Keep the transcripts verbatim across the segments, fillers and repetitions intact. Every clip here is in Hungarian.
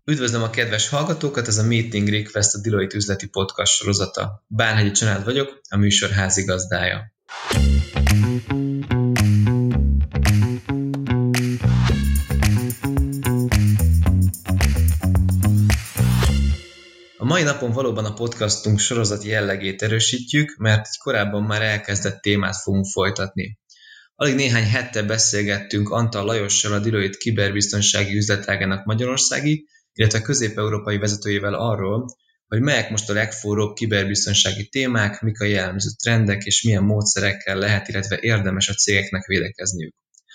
Üdvözlöm a kedves hallgatókat, ez a Meeting Request, a Deloitte üzleti podcast sorozata. Bánhegyi Csanád vagyok, a műsor házigazdája. A mai napon valóban a podcastunk sorozati jellegét erősítjük, mert egy korábban már elkezdett témát fogunk folytatni. Alig néhány hete beszélgettünk Antal Lajossal, a Deloitte kiberbiztonsági üzletágának magyarországi, illetve közép-európai vezetőjével arról, hogy melyek most a legforróbb kiberbiztonsági témák, mik a jellemző trendek, és milyen módszerekkel lehet, illetve érdemes a cégeknek védekezniük.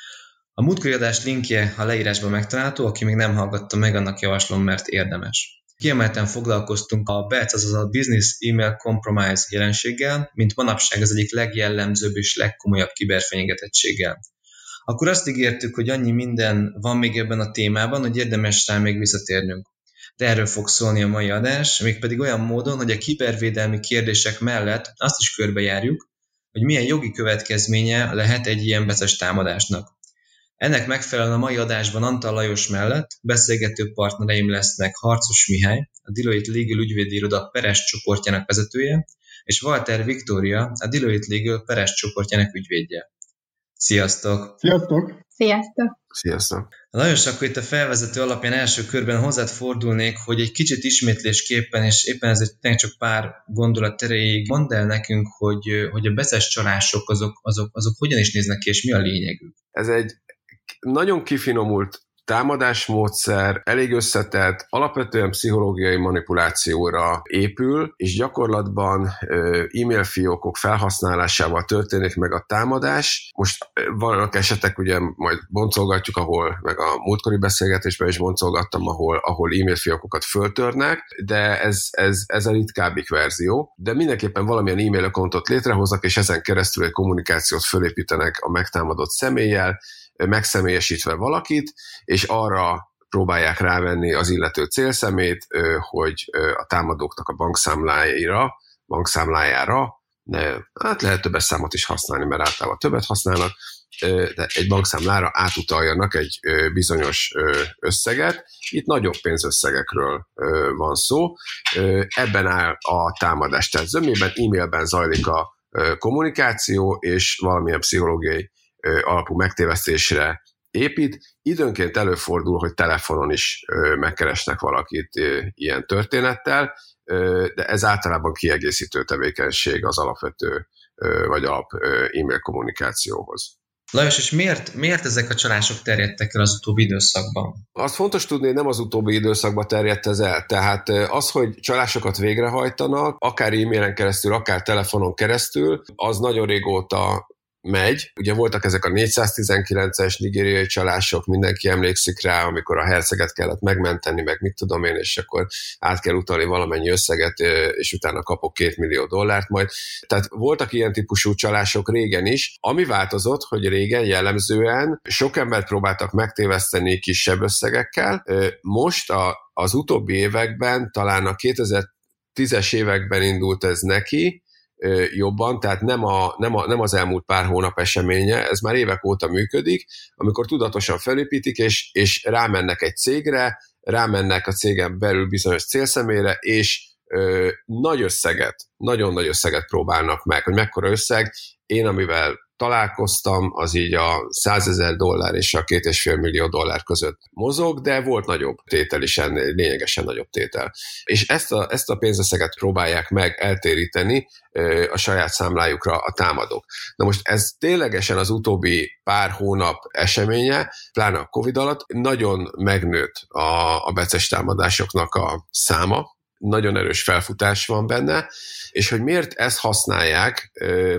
A múltkori adás linkje a leírásban megtalálható, aki még nem hallgatta meg, annak javaslom, mert érdemes. Kiemelten foglalkoztunk a bé e cé, azaz a Business Email Compromise jelenséggel, mint manapság az egyik legjellemzőbb és legkomolyabb kiberfenyegetettséggel. Akkor azt ígértük, hogy annyi minden van még ebben a témában, hogy érdemes rá még visszatérnünk. De erről fog szólni a mai adás, mégpedig olyan módon, hogy a kibervédelmi kérdések mellett azt is körbejárjuk, hogy milyen jogi következménye lehet egy ilyen becses támadásnak. Ennek megfelelően a mai adásban Antal Lajos mellett beszélgető partnereim lesznek Harcos Mihály, a Deloitte Legal ügyvédi iroda peres csoportjának vezetője, és Walter Viktória, a Deloitte Legal peres csoportjának ügyvédje. Sziasztok! Sziasztok! Sziasztok! Sziasztok! Lajos, akkor itt a felvezető alapján első körben hozzád fordulnék, hogy egy kicsit ismétlésképpen, és éppen ezért csak pár gondolat erejéig mondd el nekünk, hogy, hogy a becses csalások azok, azok, azok hogyan is néznek ki, és mi a lényegük? Ez egy nagyon kifinomult támadásmódszer, elég összetett, alapvetően pszichológiai manipulációra épül, és gyakorlatban e-mail fiókok felhasználásával történik meg a támadás. Most vannak esetek, ugye majd boncolgatjuk, ahol, meg a múltkori beszélgetésben is boncolgattam, ahol, ahol e-mail fiókokat föltörnek, de ez, ez, ez a ritkábbik verzió. De mindenképpen valamilyen e-mail accountot létrehoznak, és ezen keresztül egy kommunikációt fölépítenek a megtámadott személlyel, megszemélyesítve valakit, és arra próbálják rávenni az illető célszemét, hogy a támadóknak a bankszámlájára, bankszámlájára, ne, hát lehet többes számot is használni, mert általában többet használnak, de egy bankszámlára átutaljanak egy bizonyos összeget. Itt nagyobb pénzösszegekről van szó. Ebben áll a támadás. Tehát zömében, e-mailben zajlik a kommunikáció, és valamilyen pszichológiai alapú megtévesztésre épít. Időnként előfordul, hogy telefonon is megkeresnek valakit ilyen történettel, de ez általában kiegészítő tevékenység az alapvető vagy alap e-mail kommunikációhoz. Lajos, és miért, miért ezek a csalások terjedtek el az utóbbi időszakban? Azt fontos tudni, hogy nem az utóbbi időszakban terjedt ez el. Tehát az, hogy csalásokat végrehajtanak, akár e-mailen keresztül, akár telefonon keresztül, az nagyon régóta megy. Ugye voltak ezek a négyszáztizenkilences nigériai csalások, mindenki emlékszik rá, amikor a herceget kellett megmenteni, meg mit tudom én, és akkor át kell utalni valamennyi összeget, és utána kapok két millió dollárt majd. Tehát voltak ilyen típusú csalások régen is. Ami változott, hogy régen jellemzően sok embert próbáltak megtéveszteni kisebb összegekkel. Most a, az utóbbi években, talán a kétezer-tízes években indult ez neki, jobban, tehát nem, a, nem, a, nem az elmúlt pár hónap eseménye, ez már évek óta működik, amikor tudatosan felépítik, és, és rámennek egy cégre, rámennek a cégen belül bizonyos célszemélyre, és ö, nagy összeget, nagyon nagy összeget próbálnak meg, hogy mekkora összeg. Én, amivel találkoztam, az így a százezer dollár és a két és fél millió dollár között mozog, de volt nagyobb tétel is ennél, lényegesen nagyobb tétel. És ezt a, ezt a pénzösszeget próbálják meg eltéríteni a saját számlájukra a támadók. Na most ez ténylegesen az utóbbi pár hónap eseménye, pláne a Covid alatt, nagyon megnőtt a, a becses támadásoknak a száma, nagyon erős felfutás van benne, és hogy miért ezt használják.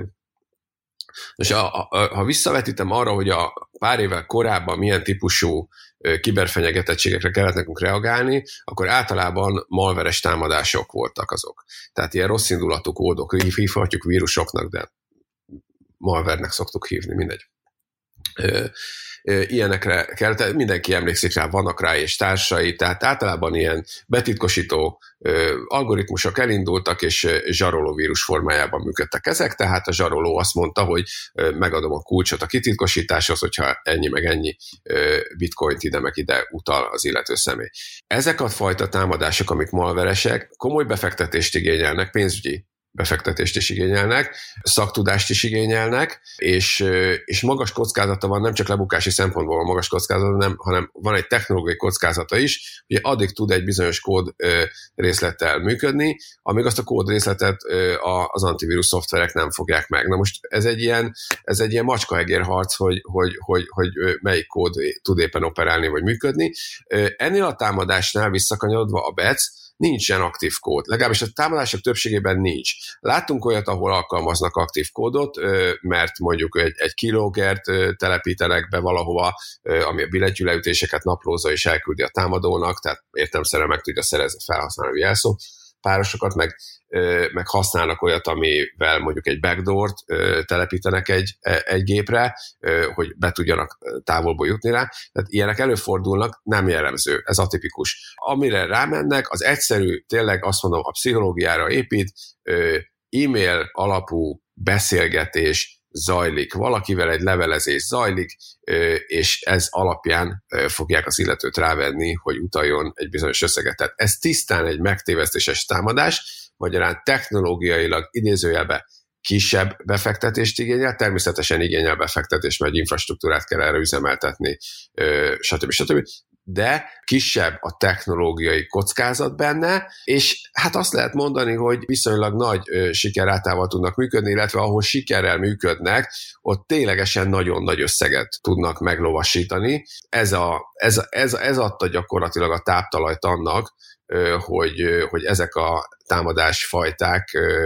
És a, a, ha visszavetítem arra, hogy a pár évvel korábban milyen típusú kiberfenyegetettségekre kellett nekünk reagálni, akkor általában malveres támadások voltak azok. Tehát ilyen rosszindulatú kódok, hívhatjuk vírusoknak, de malvernek szoktuk hívni, mindegy. ilyenekre kell, tehát mindenki emlékszik rá, vannak rá és társai, tehát általában ilyen betitkosító algoritmusok elindultak, és zsaroló vírus formájában működtek ezek, tehát a zsaroló azt mondta, hogy megadom a kulcsot a kititkosításhoz, hogyha ennyi meg ennyi bitcoint ide meg ide utal az illető személy. Ezek a fajta támadások, amik malveresek, komoly befektetést igényelnek, pénzügyi befektetést is igényelnek, szaktudást is igényelnek, és, és magas kockázata van, nem csak lebukási szempontból van magas kockázata, nem, hanem van egy technológiai kockázata is, hogy addig tud egy bizonyos kód részlettel működni, amíg azt a kód részletet az antivírus szoftverek nem fogják meg. Na most ez egy ilyen, ez egy ilyen macskaegér harc, hogy, hogy, hogy, hogy melyik kód tud éppen operálni vagy működni. Ennél a támadásnál visszakanyarodva a bé e cé nincsen aktív kód. Legalábbis a támadások többségében nincs. Láttunk olyat, ahol alkalmaznak aktív kódot, mert mondjuk egy, egy kilógert telepítenek be valahova, ami a billentyűleütéseket naplózza és elküldi a támadónak, tehát értelemszerűen meg tudja szerezni felhasználói jelszó párosokat, meg, meg használnak olyat, amivel mondjuk egy backdoort telepítenek egy, egy gépre, hogy be tudjanak távolból jutni rá. Tehát ilyenek előfordulnak, nem jellemző, ez atipikus. Amire rámennek, az egyszerű, tényleg azt mondom, a pszichológiára épít, e-mail alapú beszélgetés zajlik, valakivel egy levelezés zajlik, és ez alapján fogják az illetőt rávenni, hogy utaljon egy bizonyos összeget. Tehát ez tisztán egy megtévesztéses támadás, magyarán technológiailag idézőjelben kisebb befektetést igényel, természetesen igényel befektetés, mert egy infrastruktúrát kell erre üzemeltetni, stb. stb. De kisebb a technológiai kockázat benne, és hát azt lehet mondani, hogy viszonylag nagy sikerrátával tudnak működni, illetve ahol sikerrel működnek, ott ténylegesen nagyon nagy összeget tudnak meglovasítani. Ez, a, ez, ez, ez adta gyakorlatilag a táptalajt annak, hogy, hogy ezek a támadásfajták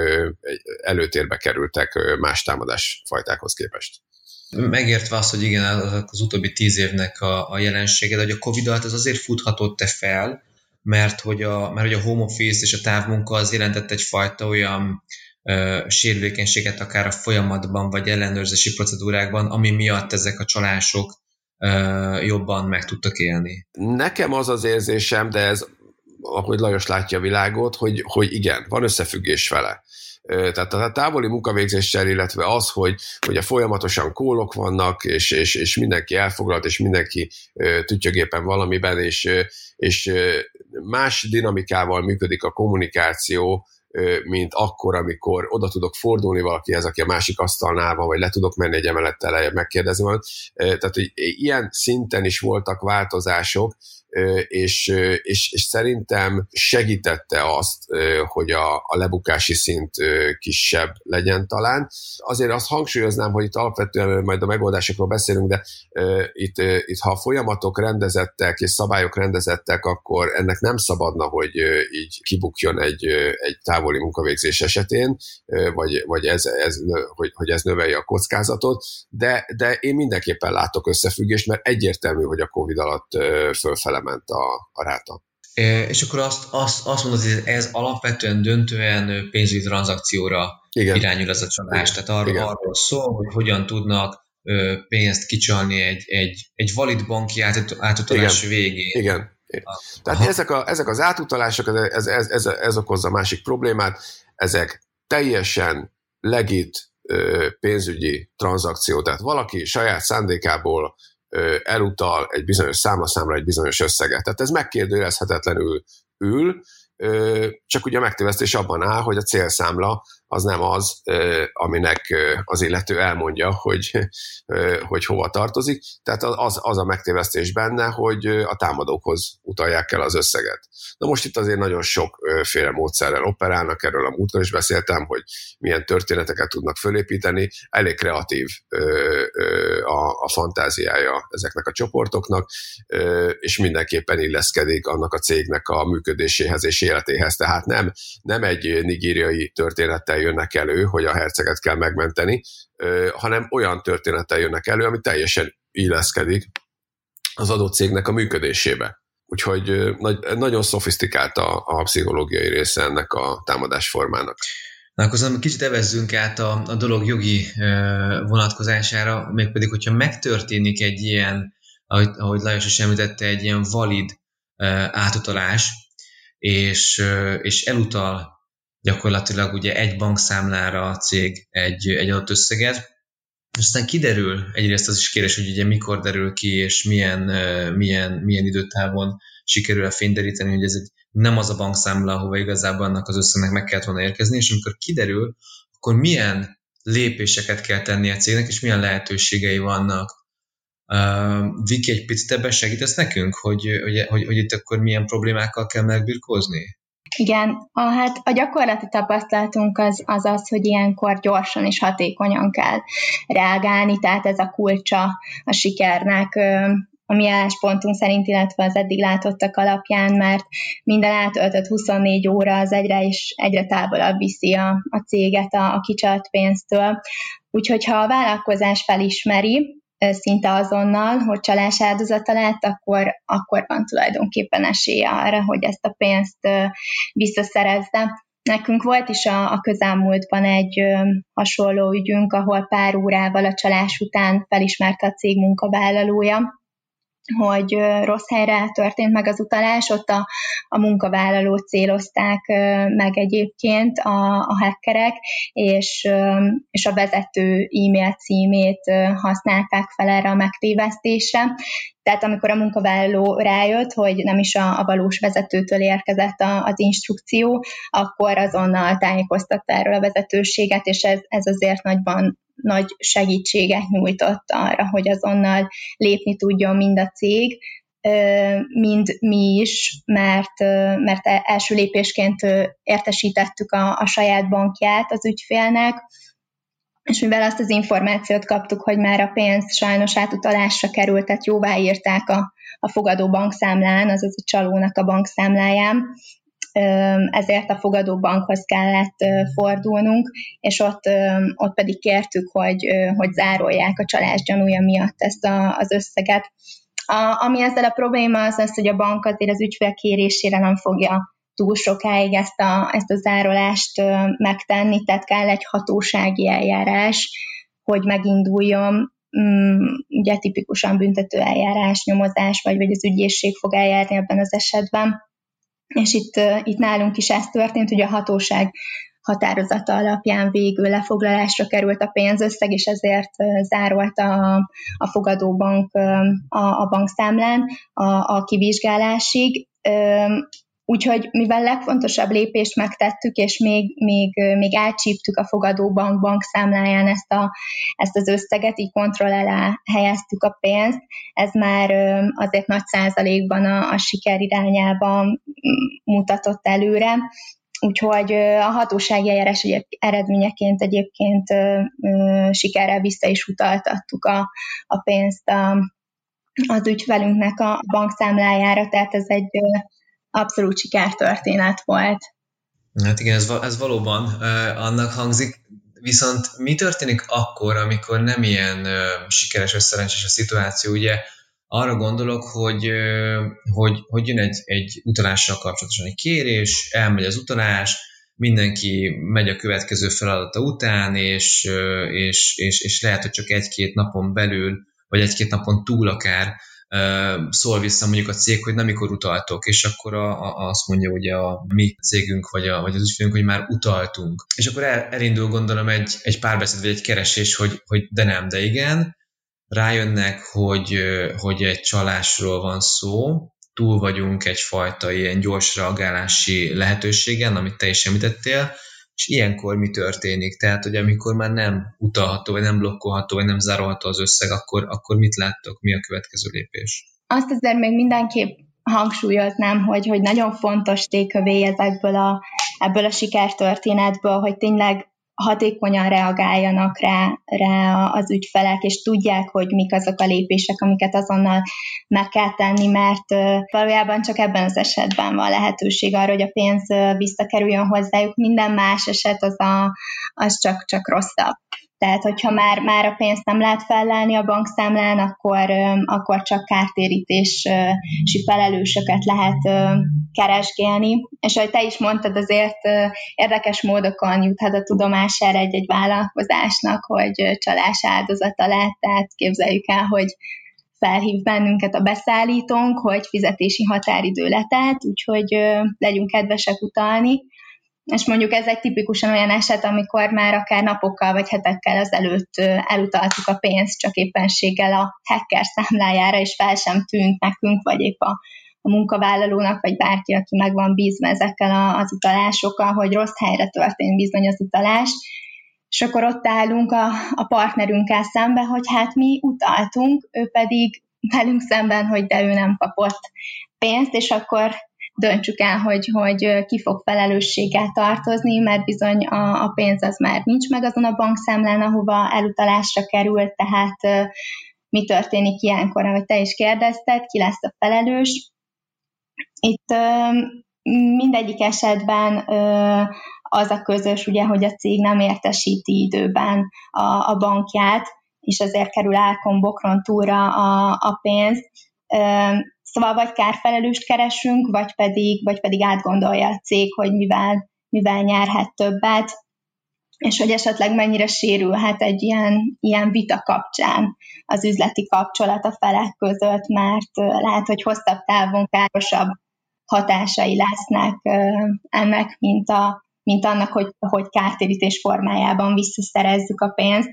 előtérbe kerültek más támadásfajtákhoz képest. Megértve azt, hogy igen, az utóbbi tíz évnek a, a jelensége, de hogy a Covid alatt ez azért futhatott-e fel, mert hogy, a, mert hogy a home office és a távmunka az jelentett egyfajta olyan ö, sérülékenységet akár a folyamatban, vagy ellenőrzési procedúrákban, ami miatt ezek a csalások ö, jobban meg tudtak élni. Nekem az az érzésem, de ez ahogy Lajos látja a világot, hogy, hogy igen, van összefüggés vele. Tehát a távoli munkavégzéssel, illetve az, hogy ugye folyamatosan kólok vannak, és, és, és mindenki elfoglalt, és mindenki tütyögépen valamiben, és, és más dinamikával működik a kommunikáció, mint akkor, amikor oda tudok fordulni valakihez, aki a másik asztalnál van, vagy le tudok menni egy emelettel lejjebb megkérdezni van. Tehát, hogy ilyen szinten is voltak változások, és, és, és szerintem segítette azt, hogy a, a lebukási szint kisebb legyen talán. Azért azt hangsúlyoznám, hogy itt alapvetően majd a megoldásokról beszélünk, de itt, itt ha a folyamatok rendezettek és szabályok rendezettek, akkor ennek nem szabadna, hogy így kibukjon egy, egy távoli munkavégzés esetén, vagy, vagy ez, ez, hogy, hogy ez növelje a kockázatot, de, de én mindenképpen látok összefüggést, mert egyértelmű, hogy a Covid alatt fölfele ment a, a ráta. É, és akkor azt, azt, azt mondod, hogy ez alapvetően döntően pénzügyi tranzakcióra igen. irányul ez a csalás. Igen. Tehát arról, arról szól, hogy hogyan tudnak ö, pénzt kicsalni egy, egy, egy valid banki átutalás igen. végén. Igen. A, Tehát ezek, a, ezek az átutalások, ez, ez, ez, ez okozza a másik problémát, ezek teljesen legit ö, pénzügyi tranzakció. Tehát valaki saját szándékából elutal egy bizonyos számlaszámra egy bizonyos összeget. Tehát ez megkérdőjelezhetetlenül ül, csak ugye a megtévesztés abban áll, hogy a célszámla az nem az, aminek az illető elmondja, hogy, hogy hova tartozik. Tehát az, az a megtévesztés benne, hogy a támadókhoz utalják el az összeget. Na most itt azért nagyon sokféle módszerrel operálnak, erről a múltkor is beszéltem, hogy milyen történeteket tudnak fölépíteni. Elég kreatív a, a fantáziája ezeknek a csoportoknak, és mindenképpen illeszkedik annak a cégnek a működéséhez és életéhez. Tehát nem, nem egy nigériai történettel jönnek elő, hogy a herceget kell megmenteni, hanem olyan történettel jönnek elő, ami teljesen illeszkedik az adott cégnek a működésébe. Úgyhogy nagy, nagyon szofisztikált a, a pszichológiai része ennek a támadásformának. Na, akkor szóval kicsit evezzünk át a, a dolog jogi vonatkozására, mégpedig, hogyha megtörténik egy ilyen, ahogy, ahogy Lajos is említette, egy ilyen valid átutalás, és, és elutal gyakorlatilag ugye egy bankszámlára a cég egy, egy adott összeget, aztán kiderül, egyrészt az is kérdés, hogy ugye mikor derül ki, és milyen, milyen, milyen időtávon sikerül a fényderíteni, hogy ez egy, nem az a bankszámla, ahova igazából annak az összegnek meg kellett volna érkezni, és amikor kiderül, akkor milyen lépéseket kell tenni a cégnek, és milyen lehetőségei vannak. Uh, Viki, egy picit ebben segítesz nekünk, hogy, hogy, hogy, hogy itt akkor milyen problémákkal kell megbirkózni? Igen, a, hát a gyakorlati tapasztalatunk az, az az, hogy ilyenkor gyorsan és hatékonyan kell reagálni, tehát ez a kulcsa a sikernek, a mi álláspontunk szerint, illetve az eddig látottak alapján, mert minden eltöltött huszonnégy óra az egyre és egyre távolabb viszi a, a céget a, a kicsalt pénztől. Úgyhogy ha a vállalkozás felismeri, szinte azonnal, hogy csalás áldozata lett, akkor, akkor van tulajdonképpen esélye arra, hogy ezt a pénzt visszaszerezze. Nekünk volt is a, a közelmúltban egy ö, hasonló ügyünk, ahol pár órával a csalás után felismerte a cég munkavállalója, hogy ö, rossz helyre történt meg az utalás, ott a, a munkavállalót célozták ö, meg egyébként a, a hackerek, és, ö, és a vezető e-mail címét ö, használták fel erre a megtévesztésre. Tehát amikor a munkavállaló rájött, hogy nem is a, a valós vezetőtől érkezett a, az instrukció, akkor azonnal tájékoztatta erről a vezetőséget, és ez, ez azért nagyban nagy segítséget nyújtott arra, hogy azonnal lépni tudjon mind a cég, mind mi is, mert, mert első lépésként értesítettük a, a saját bankját az ügyfélnek, és mivel azt az információt kaptuk, hogy már a pénz sajnos átutalásra került, tehát jóváírták a, a fogadó bankszámlán, azaz a csalónak a bankszámláján, ezért a fogadó bankhoz kellett fordulnunk, és ott, ott pedig kértük, hogy, hogy zárolják a csalás gyanúja miatt ezt a, az összeget. A, ami ezzel a probléma az az, hogy a bank azért az ügyfél kérésére nem fogja túl sokáig ezt a, ezt a zárolást megtenni, tehát kell egy hatósági eljárás, hogy meginduljon, ugye tipikusan büntető eljárás, nyomozás, vagy, vagy az ügyészség fog eljárni ebben az esetben. És itt, itt nálunk is ez történt, hogy a hatóság határozata alapján végül lefoglalásra került a pénzösszeg, és ezért zárolt a, a fogadóbank a, a bankszámlán a, a kivizsgálásig. Úgyhogy mivel legfontosabb lépést megtettük, és még, még, még átcsíptük a fogadóbank bankszámláján ezt, a, ezt az összeget, így kontroll alá helyeztük a pénzt, ez már azért nagy százalékban a, a siker irányában mutatott előre. Úgyhogy a hatósági eljárás eredményeként egyébként sikerrel vissza is utaltattuk a, a pénzt a, az ügyfelünknek a bankszámlájára, tehát ez egy abszolút sikertörténet volt. Hát igen, ez, ez valóban uh, annak hangzik, viszont mi történik akkor, amikor nem ilyen uh, sikeres vagy szerencsés a szituáció? Ugye arra gondolok, hogy, uh, hogy, hogy jön egy, egy utalással kapcsolatosan egy kérés, elmegy az utalás, mindenki megy a következő feladata után, és, uh, és, és, és lehet, hogy csak egy-két napon belül, vagy egy-két napon túl akár szól vissza mondjuk a cég, hogy nem mikor utaltok, és akkor a, a, azt mondja ugye a mi cégünk, vagy, a, vagy az ügyfélünk, hogy már utaltunk. És akkor el, elindul gondolom egy, egy párbeszéd, vagy egy keresés, hogy, hogy de nem, de igen. Rájönnek, hogy, hogy egy csalásról van szó, túl vagyunk egyfajta ilyen gyors reagálási lehetőségen, amit te is említettél, és ilyenkor mi történik? Tehát, hogy amikor már nem utalható, vagy nem blokkolható, vagy nem zárolható az összeg, akkor, akkor mit láttok? Mi a következő lépés? Azt azért még mindenképp hangsúlyoznám, hogy, hogy nagyon fontos tékövé ezekből a, ebből a sikertörténetből, hogy tényleg hatékonyan reagáljanak rá, rá az ügyfelek, és tudják, hogy mik azok a lépések, amiket azonnal meg kell tenni, mert valójában csak ebben az esetben van lehetőség arra, hogy a pénz visszakerüljön hozzájuk. Minden más eset az, a, az csak, csak rosszabb. Tehát, hogyha már, már a pénzt nem lehet fellelni a bankszámlán, akkor, akkor csak kártérítési felelősöket lehet keresgélni. És ahogy te is mondtad, azért érdekes módokon juthat a tudomására egy-egy vállalkozásnak, hogy csalás áldozata lett. Tehát képzeljük el, hogy felhív bennünket a beszállítónk, hogy fizetési határidő letelt, úgyhogy legyünk kedvesek utalni. És mondjuk ez egy tipikusan olyan eset, amikor már akár napokkal vagy hetekkel ezelőtt elutaltuk a pénzt, csak éppenséggel a hacker számlájára, és fel sem tűnt nekünk, vagy épp a, a munkavállalónak, vagy bárki, aki meg van bízva ezekkel a, az utalásokkal, hogy rossz helyre történt bizony az utalás, és akkor ott állunk a, a partnerünkkel szembe, hogy hát mi utaltunk, ő pedig velünk szemben, hogy de ő nem kapott pénzt, és akkor döntsük el, hogy, hogy ki fog felelősséggel tartozni, mert bizony a, a pénz az már nincs meg azon a bankszámlán, ahova elutalásra került, tehát mi történik ilyenkor, ahogy te is kérdezted, ki lesz a felelős. Itt mindegyik esetben az a közös, ugye, hogy a cég nem értesíti időben a, a bankját, és azért kerül álkon bokron túlra a, a pénz. Szóval vagy kárfelelőst keresünk, vagy pedig, vagy pedig átgondolja a cég, hogy mivel, mivel nyerhet többet, és hogy esetleg mennyire sérülhet egy ilyen, ilyen vita kapcsán az üzleti kapcsolat a felek között, mert lehet, hogy hosszabb távon károsabb hatásai lesznek ennek, mint, a, mint annak, hogy, hogy kártérítés formájában visszaszerezzük a pénzt.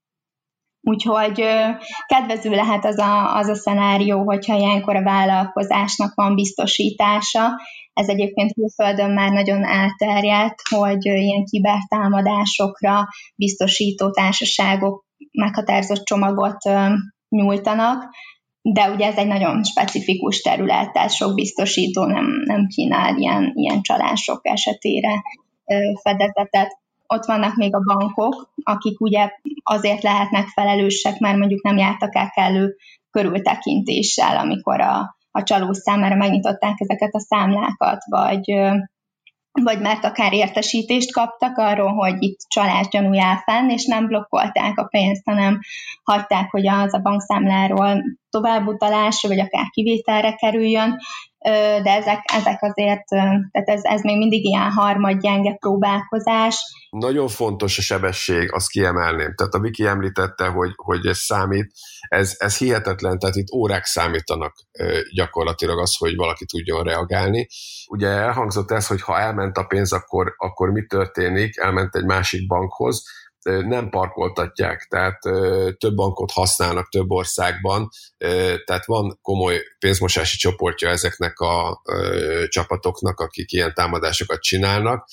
Úgyhogy kedvező lehet az a, az a szenárió, hogyha ilyenkor a vállalkozásnak van biztosítása. Ez egyébként külföldön már nagyon elterjedt, hogy ilyen kibertámadásokra biztosító társaságok meghatározott csomagot nyújtanak, de ugye ez egy nagyon specifikus terület, tehát sok biztosító nem, nem kínál ilyen, ilyen csalások esetére fedezetet. Ott vannak még a bankok, akik ugye azért lehetnek felelősek, mert mondjuk nem jártak el kellő körültekintéssel, amikor a, a csaló számára megnyitották ezeket a számlákat, vagy, vagy mert akár értesítést kaptak arról, hogy itt csalás gyanúja áll fenn, és nem blokkolták a pénzt, hanem hagyták, hogy az a bankszámláról továbbutalásra, vagy akár kivételre kerüljön, de ezek, ezek azért, tehát ez, ez még mindig ilyen harmadgyenge próbálkozás. Nagyon fontos a sebesség, azt kiemelném. Tehát a Viki említette, hogy, hogy ez számít, ez, ez hihetetlen, tehát itt órák számítanak gyakorlatilag az, hogy valaki tudjon reagálni. Ugye elhangzott ez, hogy ha elment a pénz, akkor, akkor mi történik, elment egy másik bankhoz, nem parkoltatják, tehát több bankot használnak több országban, tehát van komoly pénzmosási csoportja ezeknek a csapatoknak, akik ilyen támadásokat csinálnak,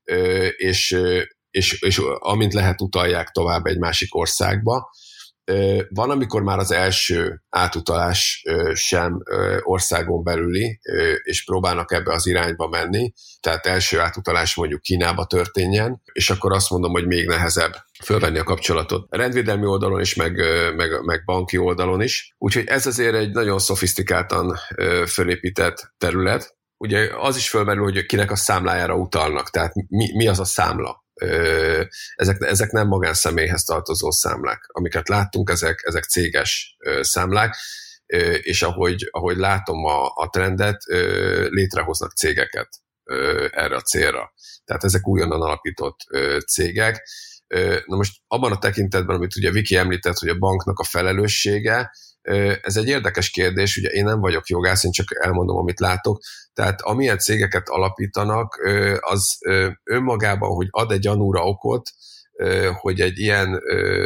és, és, és amint lehet utalják tovább egy másik országba. Van, amikor már az első átutalás sem országon belüli, és próbálnak ebbe az irányba menni, tehát első átutalás mondjuk Kínába történjen, és akkor azt mondom, hogy még nehezebb fölvenni a kapcsolatot rendvédelmi oldalon is, meg, meg, meg banki oldalon is. Úgyhogy ez azért egy nagyon szofisztikáltan fölépített terület. Ugye az is fölmerül, hogy kinek a számlájára utalnak, tehát mi, mi az a számla. Ezek, ezek nem magánszemélyhez tartozó számlák. Amiket láttunk, ezek, ezek céges számlák, és ahogy, ahogy látom a, a trendet, létrehoznak cégeket erre a célra. Tehát ezek újonnan alapított cégek. Na most abban a tekintetben, amit ugye Viki említett, hogy a banknak a felelőssége, ez egy érdekes kérdés, ugye én nem vagyok jogász, én csak elmondom, amit látok, tehát amilyen cégeket alapítanak, az önmagában, hogy ad egy gyanúra okot, hogy egy ilyen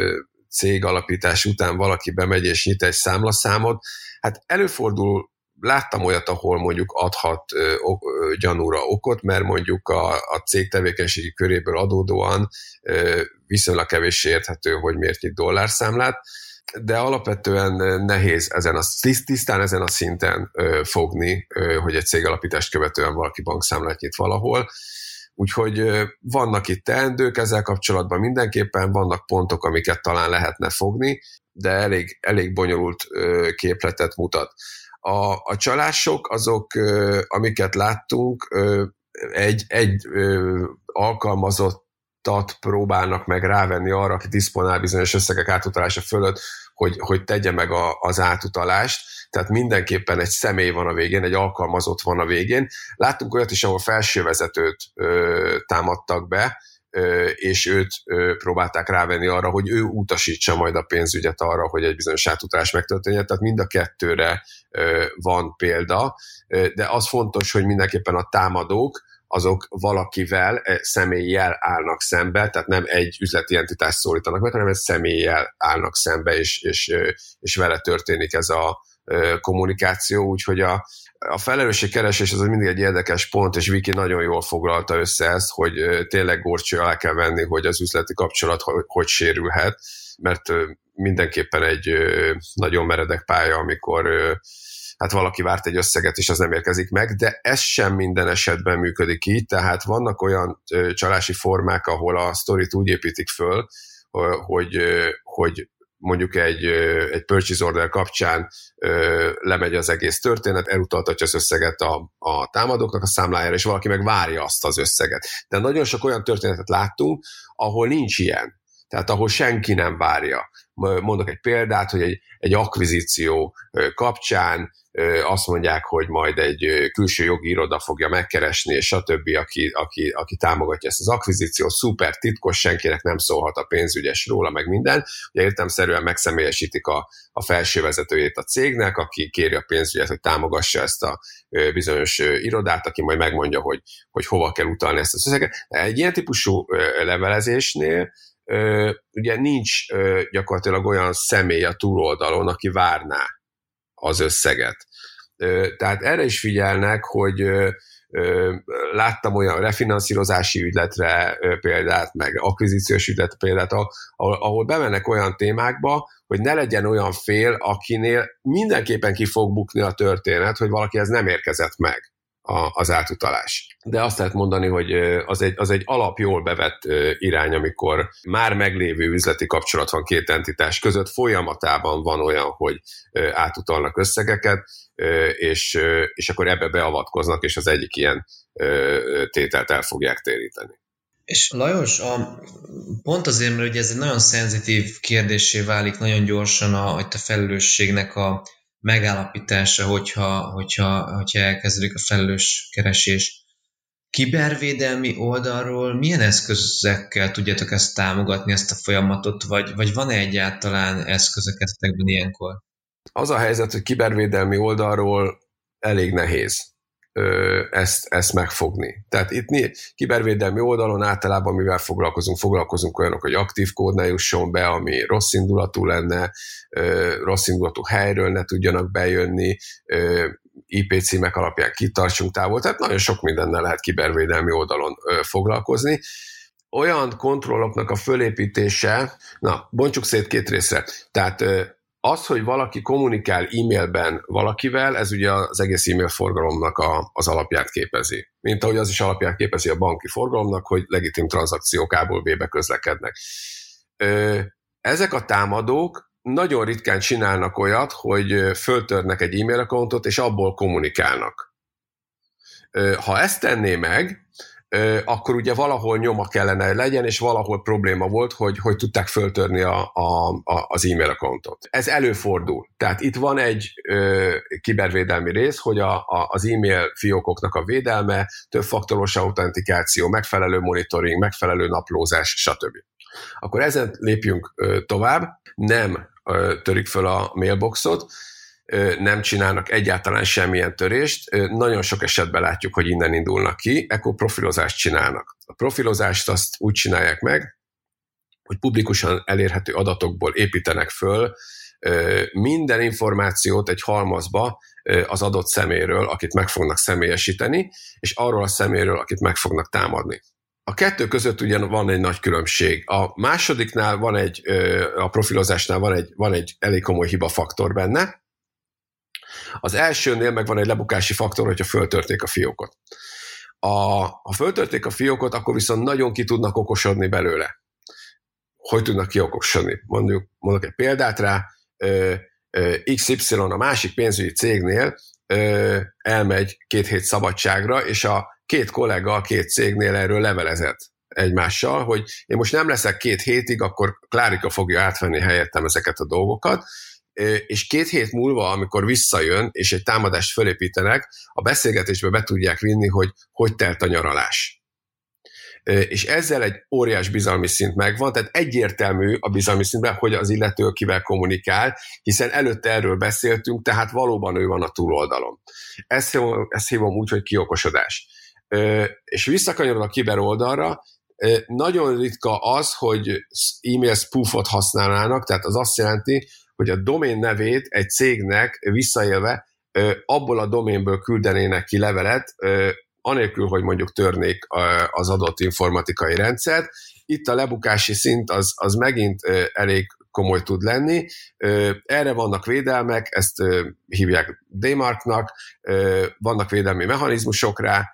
cég alapítás után valaki bemegy és nyit egy számlaszámot, hát előfordul, láttam olyat, ahol mondjuk adhat gyanúra okot, mert mondjuk a, a cég tevékenységi köréből adódóan viszonylag kevéssé érthető, hogy miért nyit dollárszámlát, de alapvetően nehéz ezen a, tisztán ezen a szinten fogni, hogy egy cégalapítást követően valaki bankszámlát nyit valahol. Úgyhogy vannak itt teendők ezzel kapcsolatban mindenképpen, vannak pontok, amiket talán lehetne fogni, de elég, elég bonyolult képletet mutat. A, a csalások azok, amiket láttunk, egy, egy alkalmazott tat próbálnak meg rávenni arra, aki diszponál bizonyos összegek átutalása fölött, hogy, hogy tegye meg a, az átutalást. Tehát mindenképpen egy személy van a végén, egy alkalmazott van a végén. Láttunk olyat is, ahol felsővezetőt ö, támadtak be, ö, és őt ö, próbálták rávenni arra, hogy ő utasítsa majd a pénzügyet arra, hogy egy bizonyos átutalás megtörténjen. Tehát mind a kettőre ö, van példa, ö, de az fontos, hogy mindenképpen a támadók azok valakivel, személlyel állnak szembe, tehát nem egy üzleti entitást szólítanak meg, hanem egy személlyel állnak szembe, és, és, és vele történik ez a kommunikáció, úgyhogy a, a felelősségkeresés az mindig egy érdekes pont, és Viki nagyon jól foglalta össze ezt, hogy tényleg górcső alá kell venni, hogy az üzleti kapcsolat hogy, hogy sérülhet, mert mindenképpen egy nagyon meredek pálya, amikor hát valaki várt egy összeget, és az nem érkezik meg, de ez sem minden esetben működik így, tehát vannak olyan ö, csalási formák, ahol a sztorit úgy építik föl, ö, hogy, ö, hogy mondjuk egy, ö, egy purchase order kapcsán ö, lemegy az egész történet, elutaltatja az összeget a, a támadóknak a számlájára, és valaki meg várja azt az összeget. De nagyon sok olyan történetet láttunk, ahol nincs ilyen. Tehát ahol senki nem várja. Mondok egy példát, hogy egy, egy akvizíció kapcsán azt mondják, hogy majd egy külső jogi iroda fogja megkeresni, és stb., aki, aki, aki támogatja ezt az akvizíciót, szuper titkos, senkinek nem szólhat a pénzügyes róla, meg minden. Ugye értelemszerűen megszemélyesítik a, a felsővezetőjét a cégnek, aki kéri a pénzügyet, hogy támogassa ezt a bizonyos irodát, aki majd megmondja, hogy, hogy hova kell utalni ezt az összeget. Egy ilyen típusú levelezésnél Ö, ugye nincs ö, gyakorlatilag olyan személy a túloldalon, aki várná az összeget. Ö, tehát erre is figyelnek, hogy ö, ö, láttam olyan refinanszírozási ügyletre ö, példát, meg akvizíciós ügyletre példát, ahol, ahol bemennek olyan témákba, hogy ne legyen olyan fél, akinél mindenképpen ki fog bukni a történet, hogy valakihez nem érkezett meg az átutalás. De azt lehet mondani, hogy az egy, az egy alap jól bevett irány, amikor már meglévő üzleti kapcsolat van két entitás között, folyamatában van olyan, hogy átutalnak összegeket, és, és akkor ebbe beavatkoznak, és az egyik ilyen tételt el fogják téríteni. És Lajos, a, pont azért, mert ugye ez egy nagyon szenzitív kérdéssé válik nagyon gyorsan a, a felelősségnek a megállapítása, hogyha, hogyha, hogyha elkezdődik a felelős keresés. Kibervédelmi oldalról milyen eszközökkel tudjátok ezt támogatni, ezt a folyamatot, vagy, vagy van-e egyáltalán eszközök ezekben ilyenkor? Az a helyzet, hogy kibervédelmi oldalról elég nehéz ezt, ezt megfogni. Tehát itt kibervédelmi oldalon általában mivel foglalkozunk, foglalkozunk olyanok, hogy aktív kód ne jusson be, ami rossz indulatú lenne, rossz indulatú helyről ne tudjanak bejönni, I P címek alapján kitartsunk távol, tehát nagyon sok mindennel lehet kibervédelmi oldalon foglalkozni. Olyan kontrolloknak a fölépítése, na, bontsuk szét két részre, tehát az, hogy valaki kommunikál e-mailben valakivel, ez ugye az egész e-mail forgalomnak a, az alapját képezi. Mint ahogy az is alapját képezi a banki forgalomnak, hogy legitim tranzakciók A-ból B-be közlekednek. Ezek a támadók nagyon ritkán csinálnak olyat, hogy föltörnek egy e-mail accountot, és abból kommunikálnak. Ha ezt tenné meg, akkor ugye valahol nyoma kellene legyen, és valahol probléma volt, hogy, hogy tudták föltörni a, a, a, az e-mail accountot. Ez előfordul. Tehát itt van egy ö, kibervédelmi rész, hogy a, a, az e-mail fiókoknak a védelme, többfaktoros autentikáció, megfelelő monitoring, megfelelő naplózás, stb. Akkor ezen lépjünk ö, tovább, nem ö, törik föl a mailboxot, nem csinálnak egyáltalán semmilyen törést. Nagyon sok esetben látjuk, hogy innen indulnak ki, ekkor profilozást csinálnak. A profilozást azt úgy csinálják meg, hogy publikusan elérhető adatokból építenek föl minden információt egy halmazba az adott személyről, akit meg fognak személyesíteni, és arról a személyről, akit meg fognak támadni. A kettő között ugyan van egy nagy különbség. A másodiknál van egy, a profilozásnál van egy, van egy elég komoly hibafaktor benne. Az elsőnél meg van egy lebukási faktor, hogyha föltörték a fiókot. A, ha föltörték a fiókot, akkor viszont nagyon ki tudnak okosodni belőle. Hogy tudnak kiokosodni? Mondjuk, mondok egy példát rá, ö, ö, iksz ipszilon a másik pénzügyi cégnél ö, elmegy két hét szabadságra, és a két kollega a két cégnél erről levelezett. egymással, hogy én most nem leszek két hétig, akkor Klárika fogja átvenni helyettem ezeket a dolgokat, és két hét múlva, amikor visszajön, és egy támadást fölépítenek, a beszélgetésbe be tudják vinni, hogy hogy telt a nyaralás. És ezzel egy óriás bizalmi szint megvan, tehát egyértelmű a bizalmi szintben, hogy az illető kivel kommunikál, hiszen előtte erről beszéltünk, tehát valóban ő van a túloldalon. Ezt, ezt hívom úgy, hogy kiokosodás. És visszakanyarod a kiber oldalra, nagyon ritka az, hogy e-mail spoofot használnának, tehát az azt jelenti, hogy a domén nevét egy cégnek visszaélve abból a doménből küldenének ki levelet, anélkül, hogy mondjuk törnék az adott informatikai rendszert. Itt a lebukási szint az, az megint elég komoly tud lenni. Erre vannak védelmek, ezt hívják dé marknak, vannak védelmi mechanizmusok rá,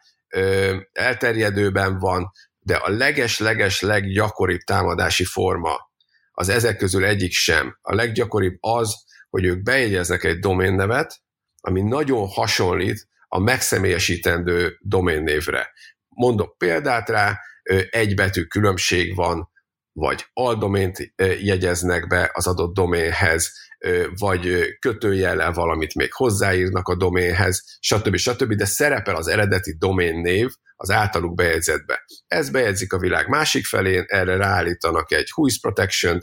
elterjedőben van, de a leges-leges leggyakoribb támadási forma az ezek közül egyik sem. A leggyakoribb az, hogy ők bejegyeznek egy doménnevet, ami nagyon hasonlít a megszemélyesítendő doménnévre. Mondok példát rá, egy betű különbség van, vagy aldomént jegyeznek be az adott doménhez, vagy kötőjellel valamit még hozzáírnak a doménhez, stb. stb., de szerepel az eredeti doménnév az általuk bejegyzettbe. Ez bejegyzik a világ másik felén, erre ráállítanak egy who is protection,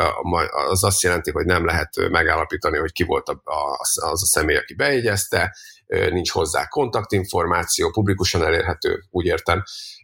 az azt jelenti, hogy nem lehet megállapítani, hogy ki volt az a személy, aki bejegyezte, nincs hozzá kontaktinformáció, publikusan elérhető, úgy értem,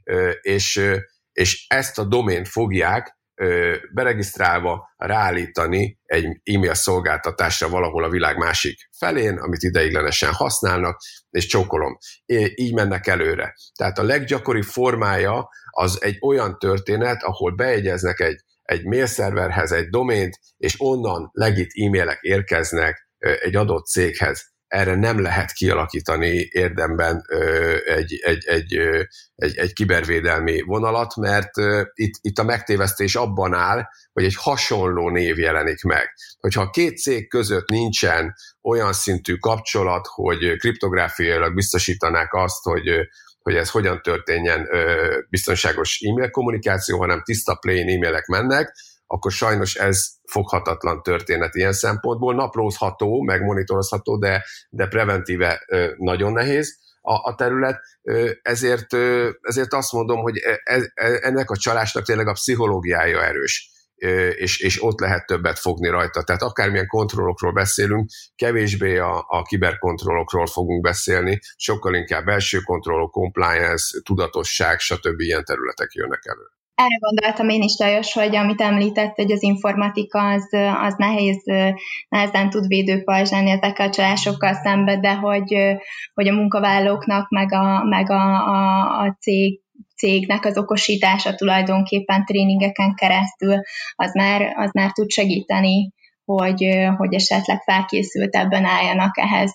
és, és ezt a domént fogják beregisztrálva ráállítani egy e-mail szolgáltatásra valahol a világ másik felén, amit ideiglenesen használnak, és csókolom. Így mennek előre. Tehát a leggyakoribb formája az egy olyan történet, ahol bejegyeznek egy, egy mailszerverhez egy domént, és onnan legit e-mailek érkeznek egy adott céghez. Erre nem lehet kialakítani érdemben egy, egy, egy, egy, egy kibervédelmi vonalat, mert itt, itt a megtévesztés abban áll, hogy egy hasonló név jelenik meg. Hogyha a két cég között nincsen olyan szintű kapcsolat, hogy kriptográfiailag biztosítanák azt, hogy, hogy ez hogyan történjen biztonságos e-mail kommunikáció, hanem tiszta plain e-mailek mennek, akkor sajnos ez foghatatlan történet ilyen szempontból. Naplózható, meg monitorozható, de, de preventíve nagyon nehéz a, a terület. Ezért, ezért azt mondom, hogy ez, ennek a csalásnak tényleg a pszichológiája erős, és, és ott lehet többet fogni rajta. Tehát akármilyen kontrollokról beszélünk, kevésbé a, a kiberkontrollokról fogunk beszélni, sokkal inkább belső kontrollok, compliance, tudatosság, stb. Ilyen területek jönnek elő. Erre gondoltam én is, Lajos, hogy amit említett, hogy az informatika az, az nehéz, nehezen tud védőpajzs lenni ezekkel a csalásokkal szemben, de hogy, hogy a munkavállalóknak, meg a, meg a, a, a cég, cégnek az okosítása tulajdonképpen tréningeken keresztül, az már, az már tud segíteni, hogy, hogy esetleg felkészültebben álljanak ehhez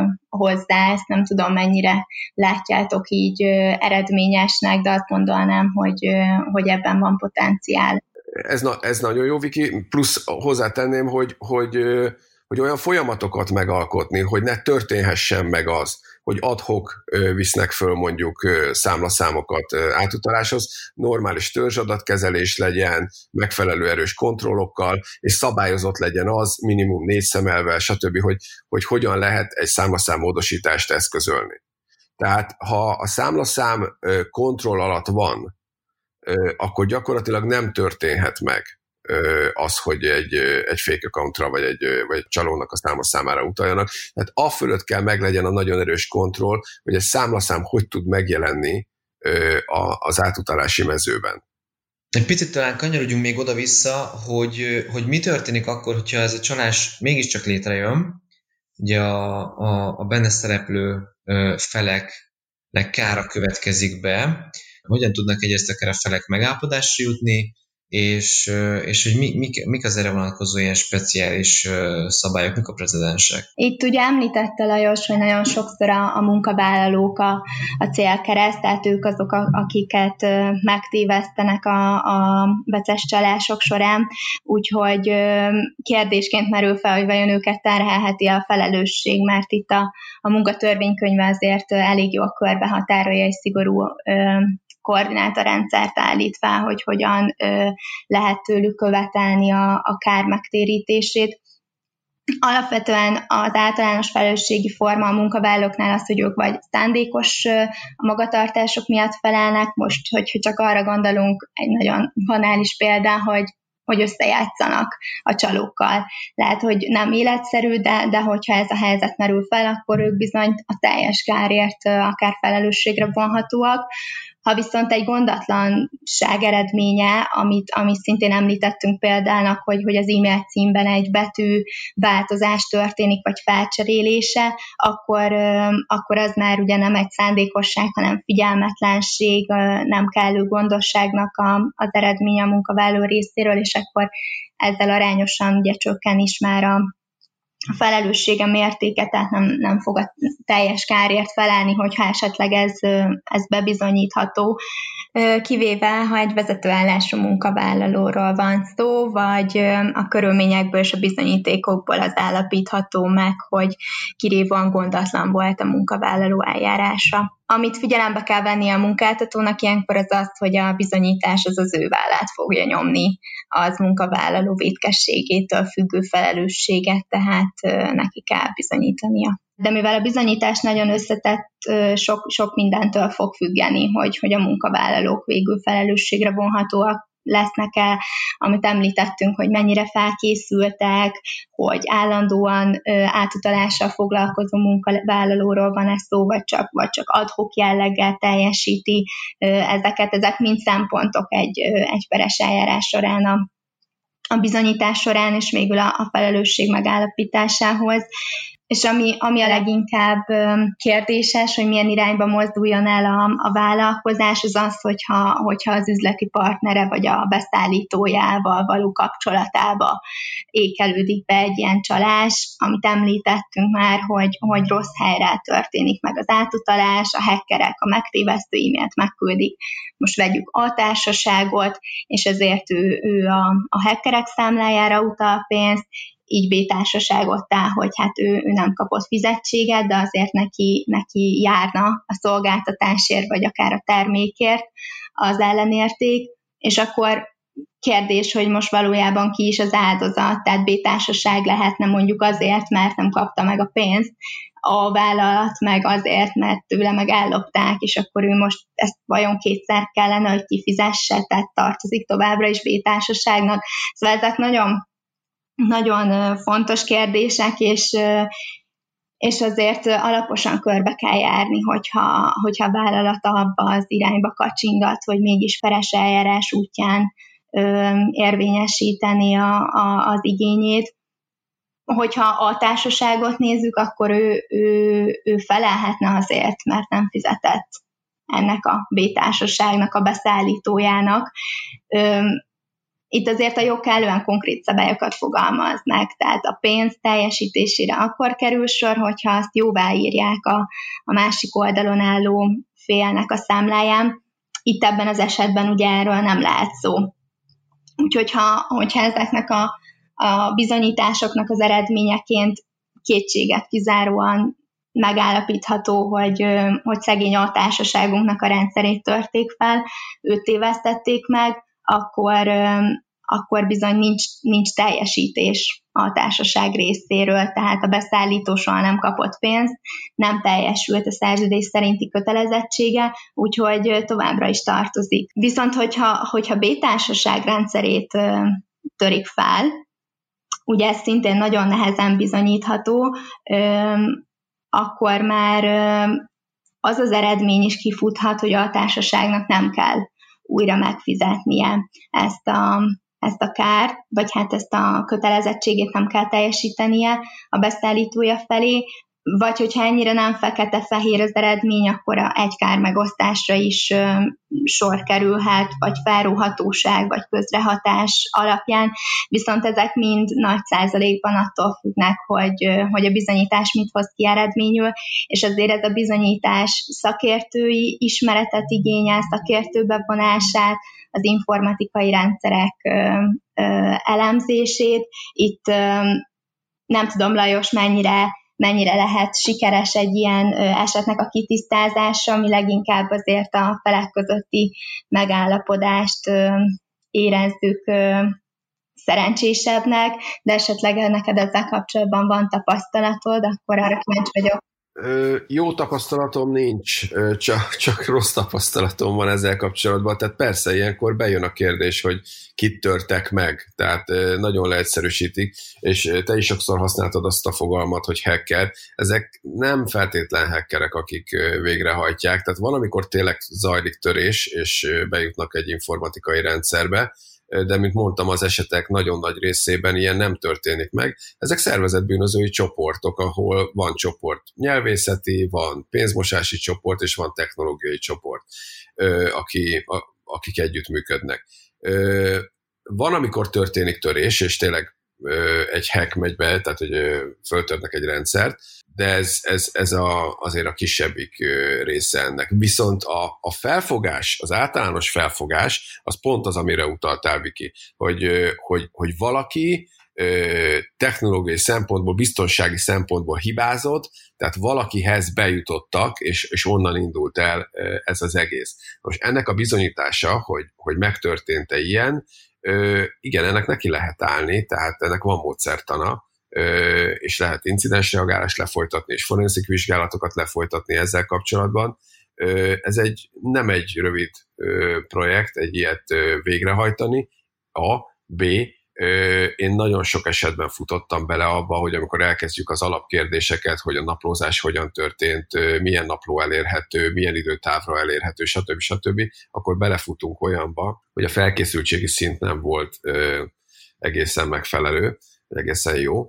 hozzá. Ezt nem tudom, mennyire látjátok így eredményesnek, de azt gondolnám, hogy, hogy ebben van potenciál. Ez, na, ez nagyon jó, Viki. Plusz hozzátenném, hogy, hogy, hogy olyan folyamatokat megalkotni, hogy ne történhessen meg az, hogy ad-hoc visznek föl mondjuk számlaszámokat átutaláshoz, normális törzsadatkezelés legyen, megfelelő erős kontrollokkal, és szabályozott legyen az, minimum négy szemelvel, stb., hogy, hogy hogyan lehet egy számlaszám módosítást eszközölni. Tehát ha a számlaszám kontroll alatt van, akkor gyakorlatilag nem történhet meg az, hogy egy, egy fake accountra vagy egy, vagy egy csalónak a számlaszámára utaljanak. Tehát afölött kell meglegyen a nagyon erős kontroll, hogy egy számlaszám hogy tud megjelenni az átutalási mezőben. Egy picit talán kanyarodjunk még oda-vissza, hogy, hogy mi történik akkor, hogyha ez a csalás mégiscsak létrejön, ugye a, a, a benne szereplő feleknek kára következik be, hogyan tudnak egyrészt akár a felek megállapodásra jutni, és, és hogy mi, mik, mik az erre vonatkozó ilyen speciális szabályok, mik a precedensek? Itt ugye említette Lajos, hogy nagyon sokszor a, a munkavállalók a, a célkereszt, tehát ők azok, a, akiket megtévesztenek a, a becses csalások során, úgyhogy kérdésként merül fel, hogy vajon őket terhelheti a felelősség, mert itt a, a munkatörvénykönyve azért elég jól körbehatárolja egy szigorú koordinátorrendszert állít fel, hogy hogyan ö, lehet tőlük követelni a, a kár megtérítését. Alapvetően az általános felelősségi forma a munkavállalóknál az, hogy ők vagy szándékos a magatartások miatt felelnek, most, hogyha csak arra gondolunk, egy nagyon banális példa, hogy hogy összejátszanak a csalókkal. Lehet, hogy nem életszerű, de, de hogyha ez a helyzet merül fel, akkor ők bizony a teljes kárért akár felelősségre vonhatóak. Ha viszont egy gondatlanság eredménye, amit, amit szintén említettünk példának, hogy, hogy az e-mail címben egy betű változás történik, vagy felcserélése, akkor, akkor az már ugye nem egy szándékosság, hanem figyelmetlenség, nem kellő gondosságnak a, az eredménye a munkavállaló részéről, és akkor ezzel arányosan ugye csökken is már a a felelőssége mértéke, tehát nem, nem fog a teljes kárért felelni, hogyha esetleg ez, ez bebizonyítható, kivéve, ha egy vezetőállású munkavállalóról van szó, vagy a körülményekből és a bizonyítékokból az állapítható meg, hogy kirévóan gondatlan volt a munkavállaló eljárása. Amit figyelembe kell venni a munkáltatónak ilyenkor az az, hogy a bizonyítás az az ő vállát fogja nyomni az munkavállaló vétkességétől függő felelősséget, tehát neki kell bizonyítania. De mivel a bizonyítás nagyon összetett, sok, sok mindentől fog függeni, hogy, hogy a munkavállalók végül felelősségre vonhatóak lesznek-e, amit említettünk, hogy mennyire felkészültek, hogy állandóan átutalással foglalkozó munkavállalóról van-e szó, vagy csak, vagy csak ad-hoc jelleggel teljesíti ezeket. Ezek mind szempontok egy, egy peres eljárás során a, a bizonyítás során, és végül a, a felelősség megállapításához. És ami, ami a leginkább kérdéses, hogy milyen irányba mozduljon el a, a vállalkozás, az az, hogyha, hogyha az üzleti partnere vagy a beszállítójával való kapcsolatába ékelődik be egy ilyen csalás, amit említettünk már, hogy, hogy rossz helyre történik meg az átutalás, a hackerek a megtévesztő e-mailt megküldik, most vegyük A társaságot, és ezért ő, ő a, a hackerek számlájára utal pénzt, így B-társaságot áll, hogy hát ő, ő nem kapott fizetséget, de azért neki, neki járna a szolgáltatásért, vagy akár a termékért az ellenérték, és akkor kérdés, hogy most valójában ki is az áldozat, tehát B-társaság lehetne mondjuk azért, mert nem kapta meg a pénzt, a vállalat meg azért, mert tőle meg ellopták, és akkor ő most ezt vajon kétszer kellene, hogy kifizesse, tehát tartozik továbbra is B-társaságnak. Szóval ezek nagyon Nagyon fontos kérdések, és, és azért alaposan körbe kell járni, hogyha, hogyha a vállalata abba az irányba kacsingat, hogy mégis peres eljárás útján ö, érvényesíteni a, a, az igényét. Hogyha a társaságot nézzük, akkor ő, ő, ő felelhetne azért, mert nem fizetett ennek a B-társaságnak, a beszállítójának. Ö, Itt azért a jog kellően konkrét szabályokat fogalmaz meg, tehát a pénz teljesítésére akkor kerül sor, hogyha azt jóváírják a, a másik oldalon álló félnek a számláján. Itt ebben az esetben ugye erről nem lehet szó. Úgyhogy ha, hogyha ezeknek a, a bizonyításoknak az eredményeként kétséget kizáróan megállapítható, hogy, hogy szegény a társaságunknak a rendszerét törték fel, őt tévesztették meg, akkor, akkor bizony nincs, nincs teljesítés a társaság részéről, tehát a beszállító soha nem kapott pénzt, nem teljesült a szerződés szerinti kötelezettsége, úgyhogy továbbra is tartozik. Viszont, hogyha, hogyha B-társaság rendszerét törik fel, ugye ez szintén nagyon nehezen bizonyítható, akkor már az az eredmény is kifuthat, hogy a társaságnak nem kell újra megfizetnie ezt a, ezt a kárt, vagy hát ezt a kötelezettségét nem kell teljesítenie a beszállítója felé, vagy hogyha ennyire nem fekete-fehér az eredmény, akkor egy kár megosztásra is ö, sor kerülhet, vagy felróhatóság, vagy közrehatás alapján, viszont ezek mind nagy százalékban attól függnek, hogy, ö, hogy a bizonyítás mit hoz ki eredményül, és azért ez a bizonyítás szakértői ismeretet igényel, szakértő bevonását, az informatikai rendszerek ö, ö, elemzését. Itt ö, nem tudom, Lajos, mennyire mennyire lehet sikeres egy ilyen esetnek a kitisztázása, ami leginkább azért a felek közötti megállapodást érezzük szerencsésebbnek, de esetleg neked ezzel kapcsolatban van tapasztalatod, akkor arra kíváncsi vagyok. Jó tapasztalatom nincs, csak, csak rossz tapasztalatom van ezzel kapcsolatban, tehát persze ilyenkor bejön a kérdés, hogy kit törtek meg, tehát nagyon leegyszerűsítik, és te is sokszor használtad azt a fogalmat, hogy hacker, ezek nem feltétlen hackerek, akik végrehajtják, tehát van, amikor tényleg zajlik törés, és bejutnak egy informatikai rendszerbe, de mint mondtam, az esetek nagyon nagy részében ilyen nem történik meg. Ezek szervezetbűnözői csoportok, ahol van csoport nyelvészeti, van pénzmosási csoport, és van technológiai csoport, aki, akik együttműködnek. Van, amikor történik törés, és tényleg egy hack megy be, tehát hogy föltörnek egy rendszert, de ez, ez, ez a, azért a kisebbik része ennek. Viszont a, a felfogás, az általános felfogás, az pont az, amire utaltál, Viki, hogy, hogy, hogy valaki technológiai szempontból, biztonsági szempontból hibázott, tehát valakihez bejutottak, és, és onnan indult el ez az egész. Most ennek a bizonyítása, hogy, hogy megtörtént-e ilyen, igen, ennek neki lehet állni, tehát ennek van módszertana, és lehet incidensreagálást lefolytatni, és forenszik vizsgálatokat lefolytatni ezzel kapcsolatban. Ez egy, nem egy rövid projekt, egy ilyet végrehajtani. A, B, én nagyon sok esetben futottam bele abba, hogy amikor elkezdjük az alapkérdéseket, hogy a naplózás hogyan történt, milyen napló elérhető, milyen időtávra elérhető, stb. stb., akkor belefutunk olyanba, hogy a felkészültségi szint nem volt egészen megfelelő, egészen jó,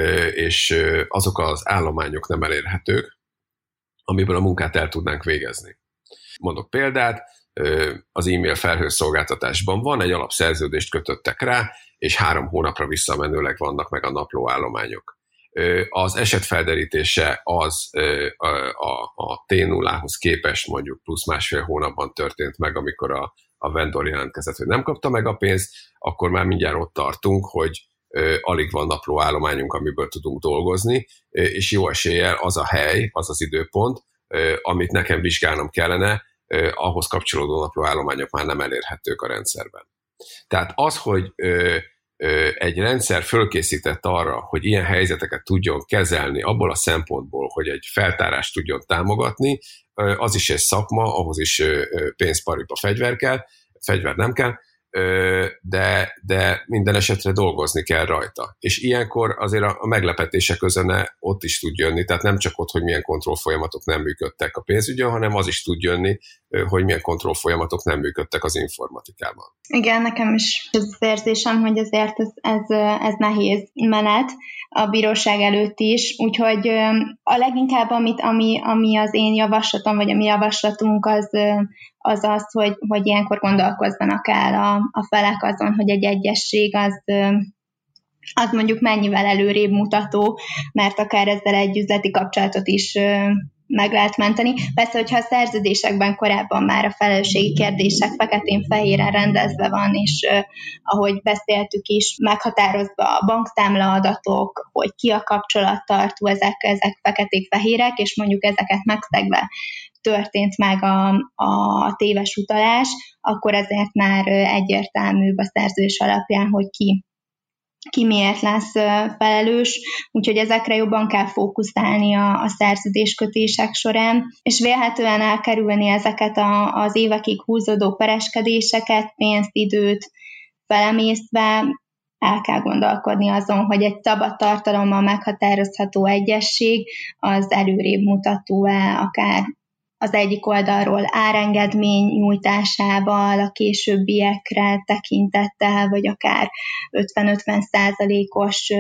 és azok az állományok nem elérhetők, amiből a munkát el tudnánk végezni. Mondok példát, az e-mail felhőszolgáltatásban van, egy alapszerződést kötöttek rá, és három hónapra visszamenőleg vannak meg a naplóállományok. Az esetfelderítése az a, a, a té nullához képest mondjuk plusz másfél hónapban történt meg, amikor a, a vendor jelentkezett, hogy nem kapta meg a pénzt, akkor már mindjárt ott tartunk, hogy alig van naplóállományunk, amiből tudunk dolgozni, és jó eséllyel az a hely, az az időpont, amit nekem vizsgálnom kellene, ahhoz kapcsolódó naplóállományok már nem elérhetők a rendszerben. Tehát az, hogy egy rendszer fölkészített arra, hogy ilyen helyzeteket tudjon kezelni abból a szempontból, hogy egy feltárást tudjon támogatni, az is egy szakma, ahhoz is pénz, paripa, fegyver kell, fegyver nem kell, de, de minden esetre dolgozni kell rajta. És ilyenkor azért a meglepetések közöne ott is tud jönni, tehát nem csak ott, hogy milyen kontrollfolyamatok nem működtek a pénzügyön, hanem az is tud jönni, hogy milyen kontrollfolyamatok nem működtek az informatikában. Igen, nekem is az érzésem, hogy azért ez, ez, ez nehéz menet a bíróság előtt is, úgyhogy a leginkább, amit, ami, ami az én javaslatom, vagy a mi javaslatunk az az, az hogy, hogy ilyenkor gondolkozzanak el a, a felek azon, hogy egy egyesség az, az mondjuk mennyivel előrébb mutató, mert akár ezzel egy üzleti kapcsolatot is meg lehet menteni. Persze, hogyha a szerződésekben korábban már a felelősségi kérdések feketén-fehéren rendezve van, és uh, ahogy beszéltük is, meghatározva a bankszámla adatok, hogy ki a kapcsolattartó, ezek, ezek feketék-fehérek, és mondjuk ezeket megszegve történt meg a, a téves utalás, akkor ezért már egyértelműbb a szerződés alapján, hogy ki ki miért lesz felelős, úgyhogy ezekre jobban kell fókuszálni a, a szerződéskötések során, és vélhetően elkerülni ezeket a, az évekig húzódó pereskedéseket, pénzt, időt felemésztve, el kell gondolkodni azon, hogy egy szabad tartalommal meghatározható egyesség az előrébb mutató-e, akár az egyik oldalról árengedmény nyújtásával, a későbbiekre tekintettel, vagy akár ötven-ötven százalékos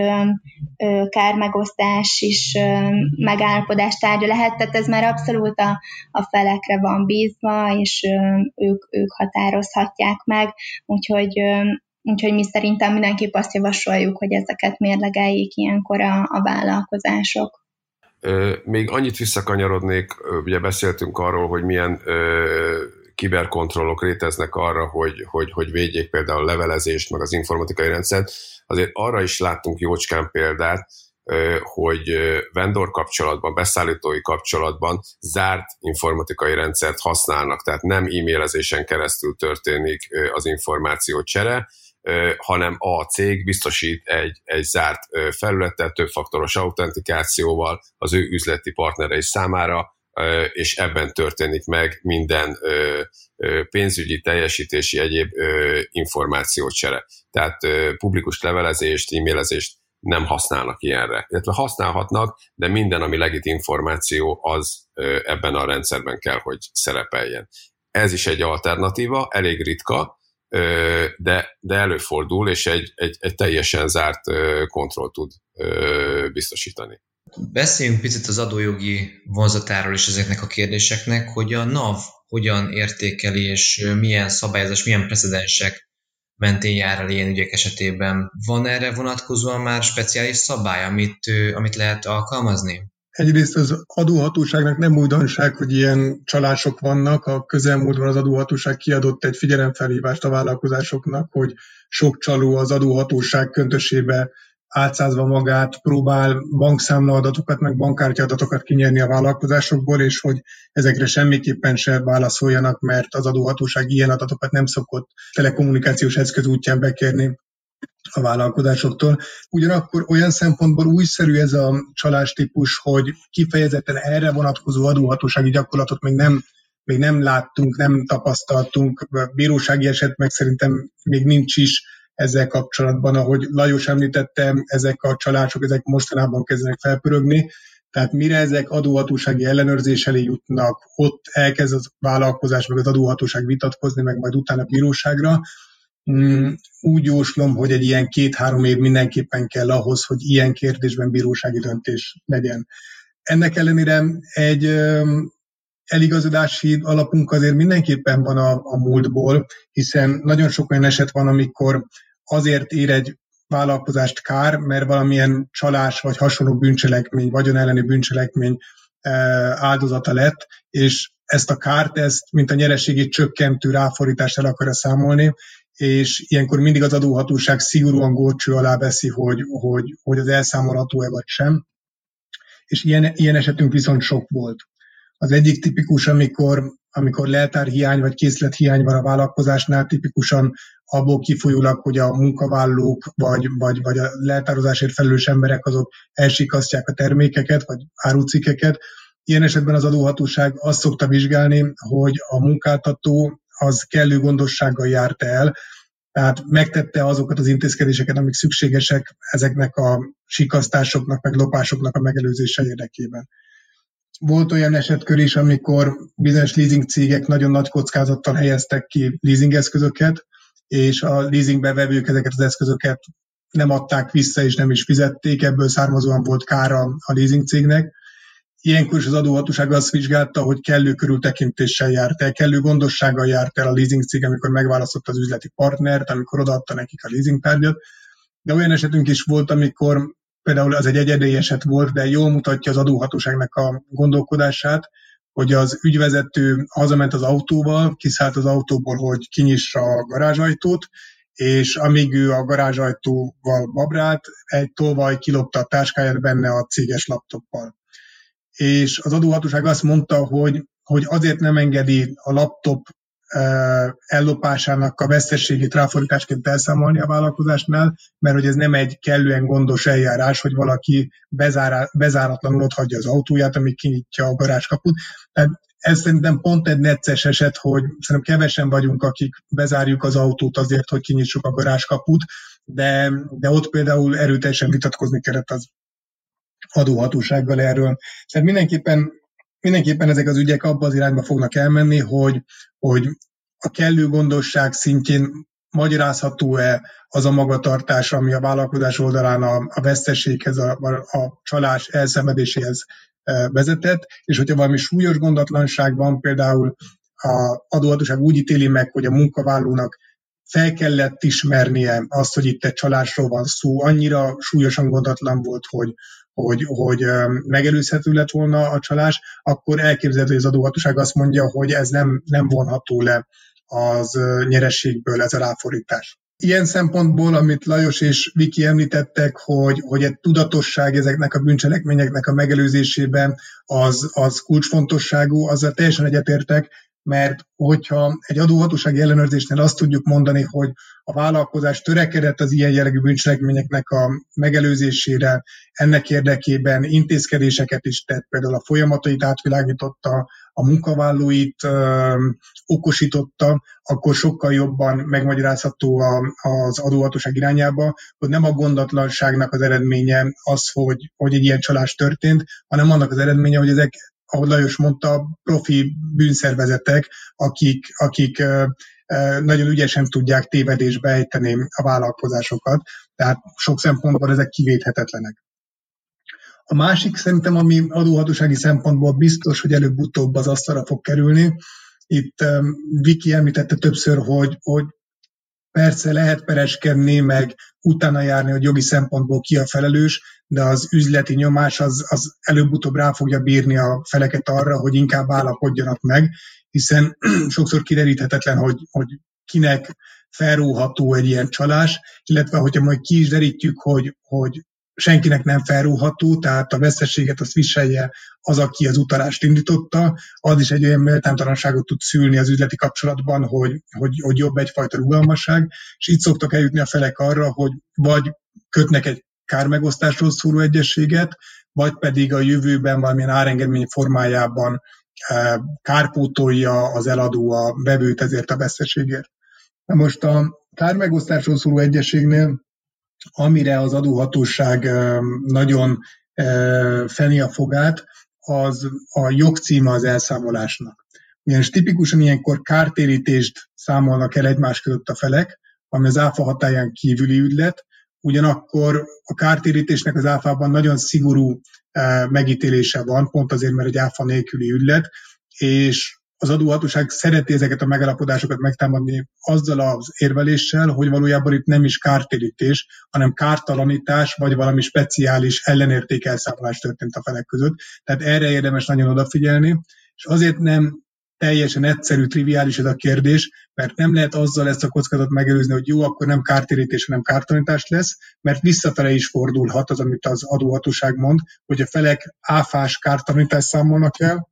kármegosztás is megállapodás tárgya lehet, tehát ez már abszolút a, a felekre van bízva, és ők, ők határozhatják meg, úgyhogy, úgyhogy mi szerintem mindenképp azt javasoljuk, hogy ezeket mérlegeljék ilyenkor a, a vállalkozások. Még annyit visszakanyarodnék, ugye beszéltünk arról, hogy milyen ö, kiberkontrollok léteznek arra, hogy, hogy, hogy védjék például a levelezést, meg az informatikai rendszert. Azért arra is láttunk jócskán példát, hogy vendor kapcsolatban, beszállítói kapcsolatban zárt informatikai rendszert használnak, tehát nem e-mailezésen keresztül történik az információcsere, hanem a cég biztosít egy, egy zárt felületet, többfaktoros autentikációval az ő üzleti partnerei számára, és ebben történik meg minden pénzügyi, teljesítési, egyéb információcsere. Tehát publikus levelezést, e-mailezést nem használnak ilyenre. Illetve használhatnak, de minden, ami legit információ, az ebben a rendszerben kell, hogy szerepeljen. Ez is egy alternatíva, elég ritka, de, de előfordul, és egy, egy, egy teljesen zárt kontroll tud biztosítani. Beszéljünk picit az adójogi vonzatáról és ezeknek a kérdéseknek, hogy a NAV hogyan értékeli, és milyen szabályozás, milyen precedensek mentén jár el ilyen ügyek esetében. Van erre vonatkozóan már speciális szabály, amit, amit lehet alkalmazni? Egyrészt az adóhatóságnak nem újdonság, hogy ilyen csalások vannak. A közelmúltban az adóhatóság kiadott egy figyelemfelhívást a vállalkozásoknak, hogy sok csaló az adóhatóság köntösébe átszázva magát próbál bankszámlaadatokat, meg bankkártyaadatokat kinyerni a vállalkozásokból, és hogy ezekre semmiképpen se válaszoljanak, mert az adóhatóság ilyen adatokat nem szokott telekommunikációs eszköz útján bekérni a vállalkozásoktól. Ugyanakkor olyan szempontból újszerű ez a csalástípus, hogy kifejezetten erre vonatkozó adóhatósági gyakorlatot még nem, még nem láttunk, nem tapasztaltunk. Bírósági eset meg szerintem még nincs is ezzel kapcsolatban. Ahogy Lajos említette, ezek a csalások ezek mostanában kezdenek felpörögni, tehát mire ezek adóhatósági ellenőrzés elé jutnak, ott elkezd az vállalkozás meg az adóhatóság vitatkozni, meg majd utána bíróságra. Úgy jóslom, hogy egy ilyen két-három év mindenképpen kell ahhoz, hogy ilyen kérdésben bírósági döntés legyen. Ennek ellenére egy eligazodási alapunk azért mindenképpen van a, a múltból, hiszen nagyon sok olyan eset van, amikor azért ér egy vállalkozást kár, mert valamilyen csalás vagy hasonló bűncselekmény, vagyon elleni bűncselekmény áldozata lett, és ezt a kárt, ezt, mint a nyereségi csökkentő ráfordítást el akarja számolni, és ilyenkor mindig az adóhatóság szigorúan górcső alá veszi, hogy, hogy, hogy az elszámolható-e vagy sem. És ilyen, ilyen esetünk viszont sok volt. Az egyik tipikus, amikor, amikor leltárhiány vagy készlethiány van a vállalkozásnál, tipikusan abból kifolyólag, hogy a munkavállalók vagy, vagy, vagy a leltározásért felelős emberek azok elsikasztják a termékeket vagy árucikkeket. Ilyen esetben az adóhatóság azt szokta vizsgálni, hogy a munkáltató az kellő gondossággal járt el, tehát megtette azokat az intézkedéseket, amik szükségesek ezeknek a sikasztásoknak, meg lopásoknak a megelőzése érdekében. Volt olyan esetkör is, amikor bizonyos leasing cégek nagyon nagy kockázattal helyeztek ki leasing eszközöket, és a leasingbe vevők ezeket az eszközöket nem adták vissza, és nem is fizették, ebből származóan volt kára a leasing cégnek. Ilyenkor is az adóhatóság azt vizsgálta, hogy kellő körültekintéssel járt el, kellő gondossággal járt el a leasing cég, amikor megválasztotta az üzleti partnert, amikor odaadta nekik a leasing tárgyat. De olyan esetünk is volt, amikor például az egy egyedi eset volt, de jól mutatja az adóhatóságnak a gondolkodását, hogy az ügyvezető hazament az autóval, kiszállt az autóból, hogy kinyissa a garázsajtót, és amíg ő a garázsajtóval babrált, egy tolvaj kilopta a táskáját benne a céges laptoppal. És az adóhatóság azt mondta, hogy, hogy azért nem engedi a laptop ellopásának a veszteségét ráfordításként elszámolni a vállalkozásnál, mert hogy ez nem egy kellően gondos eljárás, hogy valaki bezárá, bezáratlanul ott hagyja az autóját, amíg kinyitja a garázskaput. Tehát ez szerintem pont egy necces eset, hogy szerintem kevesen vagyunk, akik bezárjuk az autót azért, hogy kinyitsuk a garázskaput, de, de ott például erőteljesen vitatkozni kellett az adóhatósággal erről. Tehát mindenképpen Mindenképpen ezek az ügyek abba az irányba fognak elmenni, hogy, hogy a kellő gondosság szintjén magyarázható-e az a magatartás, ami a vállalkozás oldalán a, a veszteséghez, a, a csalás elszenvedéséhez vezetett, és hogyha valami súlyos gondatlanság van, például az adóhatóság úgy ítéli meg, hogy a munkavállalónak fel kellett ismernie azt, hogy itt egy csalásról van szó, annyira súlyosan gondatlan volt, hogy hogy, hogy megelőzhető lett volna a csalás, akkor elképzelhető, hogy az adóhatóság azt mondja, hogy ez nem, nem vonható le az nyerességből, ez a ráfordítás. Ilyen szempontból, amit Lajos és Viki említettek, hogy, hogy egy tudatosság ezeknek a bűncselekményeknek a megelőzésében az, az kulcsfontosságú, azzal teljesen egyetértek, mert hogyha egy adóhatósági ellenőrzésnél azt tudjuk mondani, hogy a vállalkozás törekedett az ilyen jellegű bűncselekményeknek a megelőzésére, ennek érdekében intézkedéseket is tett, például a folyamatait átvilágította, a munkavállalóit ö, okosította, akkor sokkal jobban megmagyarázható a, az adóhatóság irányába, hogy nem a gondatlanságnak az eredménye az, hogy, hogy egy ilyen csalás történt, hanem annak az eredménye, hogy ezek, ahogy Lajos mondta, profi bűnszervezetek, akik, akik nagyon ügyesen tudják tévedésbe ejteni a vállalkozásokat, tehát sok szempontból ezek kivéthetetlenek. A másik szerintem, ami adóhatósági szempontból biztos, hogy előbb-utóbb az asztalra fog kerülni. Itt um, Viki említette többször, hogy, hogy persze lehet pereskedni, meg utána járni, hogy jogi szempontból ki a felelős, de az üzleti nyomás az, az előbb-utóbb rá fogja bírni a feleket arra, hogy inkább állapodjanak meg, hiszen sokszor kideríthetetlen, hogy, hogy kinek felróható egy ilyen csalás, illetve hogyha majd ki is derítjük, hogy, hogy senkinek nem felróható, tehát a veszteséget azt viselje az, aki az utalást indította, az is egy olyan méltánytalanságot tud szülni az üzleti kapcsolatban, hogy, hogy, hogy jobb egyfajta rugalmasság, és így szoktak eljutni a felek arra, hogy vagy kötnek egy kármegosztásról szóló egyezséget, vagy pedig a jövőben valamilyen árengedmény formájában kárpótolja az eladó a vevőt ezért a veszteségért. Na most a kármegosztásról szóló egyezségnél, amire az adóhatóság nagyon feni a fogát, az a jogcíme az elszámolásnak. Ugyanis tipikusan ilyenkor kártérítést számolnak el egymás között a felek, ami az áfa hatályán kívüli ügylet, ugyanakkor a kártérítésnek az áfában nagyon szigorú megítélése van, pont azért, mert egy áfa nélküli ügylet, és az adóhatóság szereti ezeket a megállapodásokat megtámadni azzal az érveléssel, hogy valójában itt nem is kártérítés, hanem kártalanítás, vagy valami speciális ellenérték elszámolás történt a felek között. Tehát erre érdemes nagyon odafigyelni, és azért nem teljesen egyszerű, triviális ez a kérdés, mert nem lehet azzal ezt a kockázatot megelőzni, hogy jó, akkor nem kártérítés, hanem kártalanítás lesz, mert visszafele is fordulhat az, amit az adóhatóság mond, hogy a felek áfás kártalanítást számolnak el,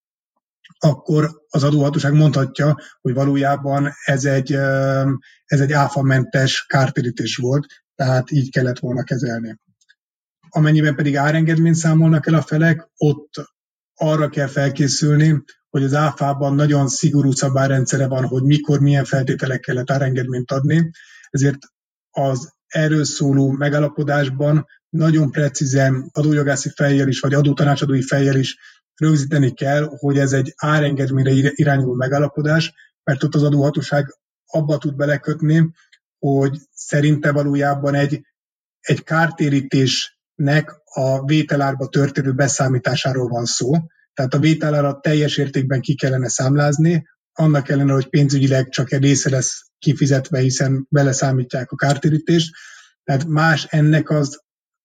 akkor az adóhatóság mondhatja, hogy valójában ez egy, ez egy áfamentes kártérítés volt, tehát így kellett volna kezelni. Amennyiben pedig árengedményt számolnak el a felek, ott arra kell felkészülni, hogy az áfában nagyon szigorú szabályrendszere van, hogy mikor, milyen feltételekkel lehet árengedményt adni, ezért az erről szóló megállapodásban nagyon precízen adójogászi fejjel is, vagy adótanácsadói fejjel is rögzíteni kell, hogy ez egy árengedményre irányuló megállapodás, mert ott az adóhatóság abba tud belekötni, hogy szerinte valójában egy, egy kártérítésnek a vételárba történő beszámításáról van szó. Tehát a vételárat teljes értékben ki kellene számlázni, annak ellenére, hogy pénzügyileg csak egy része lesz kifizetve, hiszen beleszámítják a kártérítést. Tehát más ennek az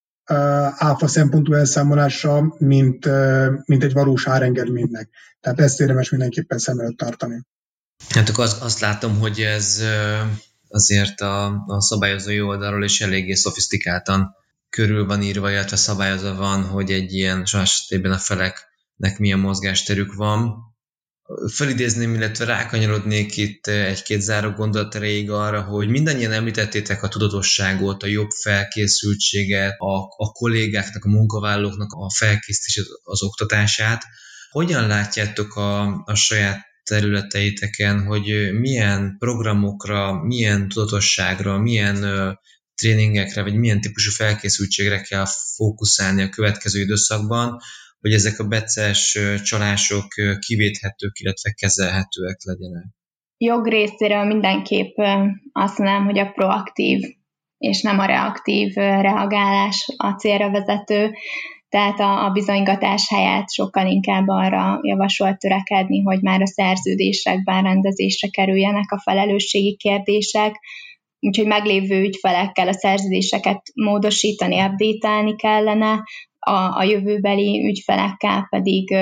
áfa szempontú elszámolása, mint, mint egy valós árengedménynek. Tehát ezt érdemes mindenképpen szem előtt tartani. Hát akkor az, azt látom, hogy ez azért a, a szabályozói oldalról is eléggé szofisztikáltan körül van írva, illetve szabályozva van, hogy egy ilyen esetében a feleknek milyen mozgásterük van. Felidézném, illetve rákanyarodnék itt egy-két záró gondolat erejéig arra, hogy mindannyian említettétek a tudatosságot, a jobb felkészültséget, a, a kollégáknak, a munkavállalóknak a felkészítését, az oktatását. Hogyan látjátok a, a saját területeiteken, hogy milyen programokra, milyen tudatosságra, milyen uh, tréningekre, vagy milyen típusú felkészültségre kell fókuszálni a következő időszakban, hogy ezek a becses csalások kivéthetők, illetve kezelhetőek legyenek? Jog részéről mindenképp azt mondanám, hogy a proaktív és nem a reaktív reagálás a célra vezető, tehát a, a bizonygatás helyett sokkal inkább arra javasolt törekedni, hogy már a szerződésekben rendezésre kerüljenek a felelősségi kérdések, úgyhogy meglévő ügyfelekkel a szerződéseket módosítani, update-elni kellene, a, a jövőbeli ügyfelekkel pedig,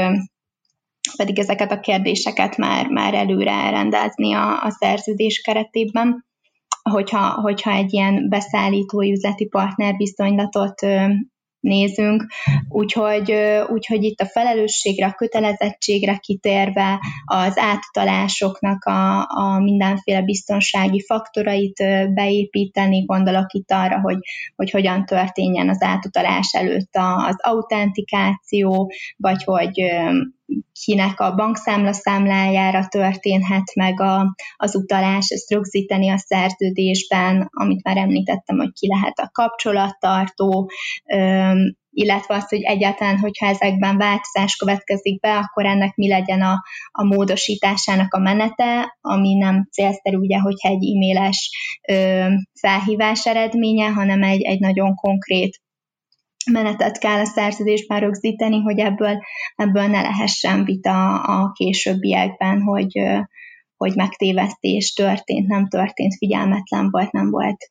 pedig ezeket a kérdéseket már, már előre rendezni a, a szerződés keretében. hogyha, hogyha egy ilyen beszállítói üzleti partnerviszonylatot nézünk, úgyhogy, úgyhogy itt a felelősségre, a kötelezettségre kitérve, az átutalásoknak a, a mindenféle biztonsági faktorait beépíteni, gondolok itt arra, hogy, hogy hogyan történjen az átutalás előtt az autentikáció, vagy hogy kinek a bankszámla számlájára történhet meg a, az utalás, ezt rögzíteni a szerződésben, amit már említettem, hogy ki lehet a kapcsolattartó, illetve az, hogy egyáltalán, hogyha ezekben változás következik be, akkor ennek mi legyen a, a módosításának a menete, ami nem célszerű, ugye, hogyha egy e-mailes ö, felhívás eredménye, hanem egy, egy nagyon konkrét menetet kell a szerződésben rögzíteni, hogy ebből, ebből ne lehessen vita a későbbiekben, hogy, hogy megtévesztés történt, nem történt, figyelmetlen volt, nem volt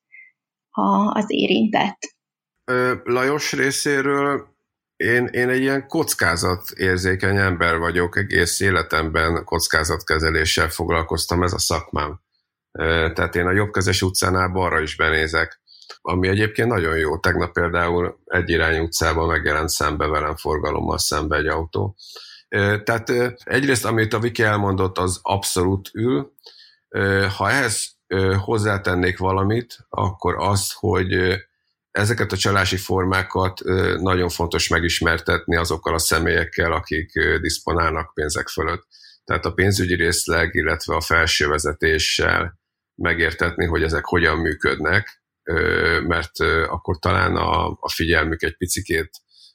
a, az érintett. Lajos részéről én, én egy ilyen kockázatérzékeny ember vagyok, egész életemben kockázatkezeléssel foglalkoztam, ez a szakmám. Tehát én a Jobbkezes utcánál balra is benézek, ami egyébként nagyon jó. Tegnap például egy irányú utcában megjelent szembe velem forgalommal szembe egy autó. Tehát egyrészt, amit a Viki elmondott, az abszolút ül. Ha ehhez hozzátennék valamit, akkor az, hogy ezeket a csalási formákat nagyon fontos megismertetni azokkal a személyekkel, akik diszponálnak pénzek fölött. Tehát a pénzügyi részleg, illetve a felső vezetéssel megértetni, hogy ezek hogyan működnek, mert akkor talán a, a figyelmük egy picikét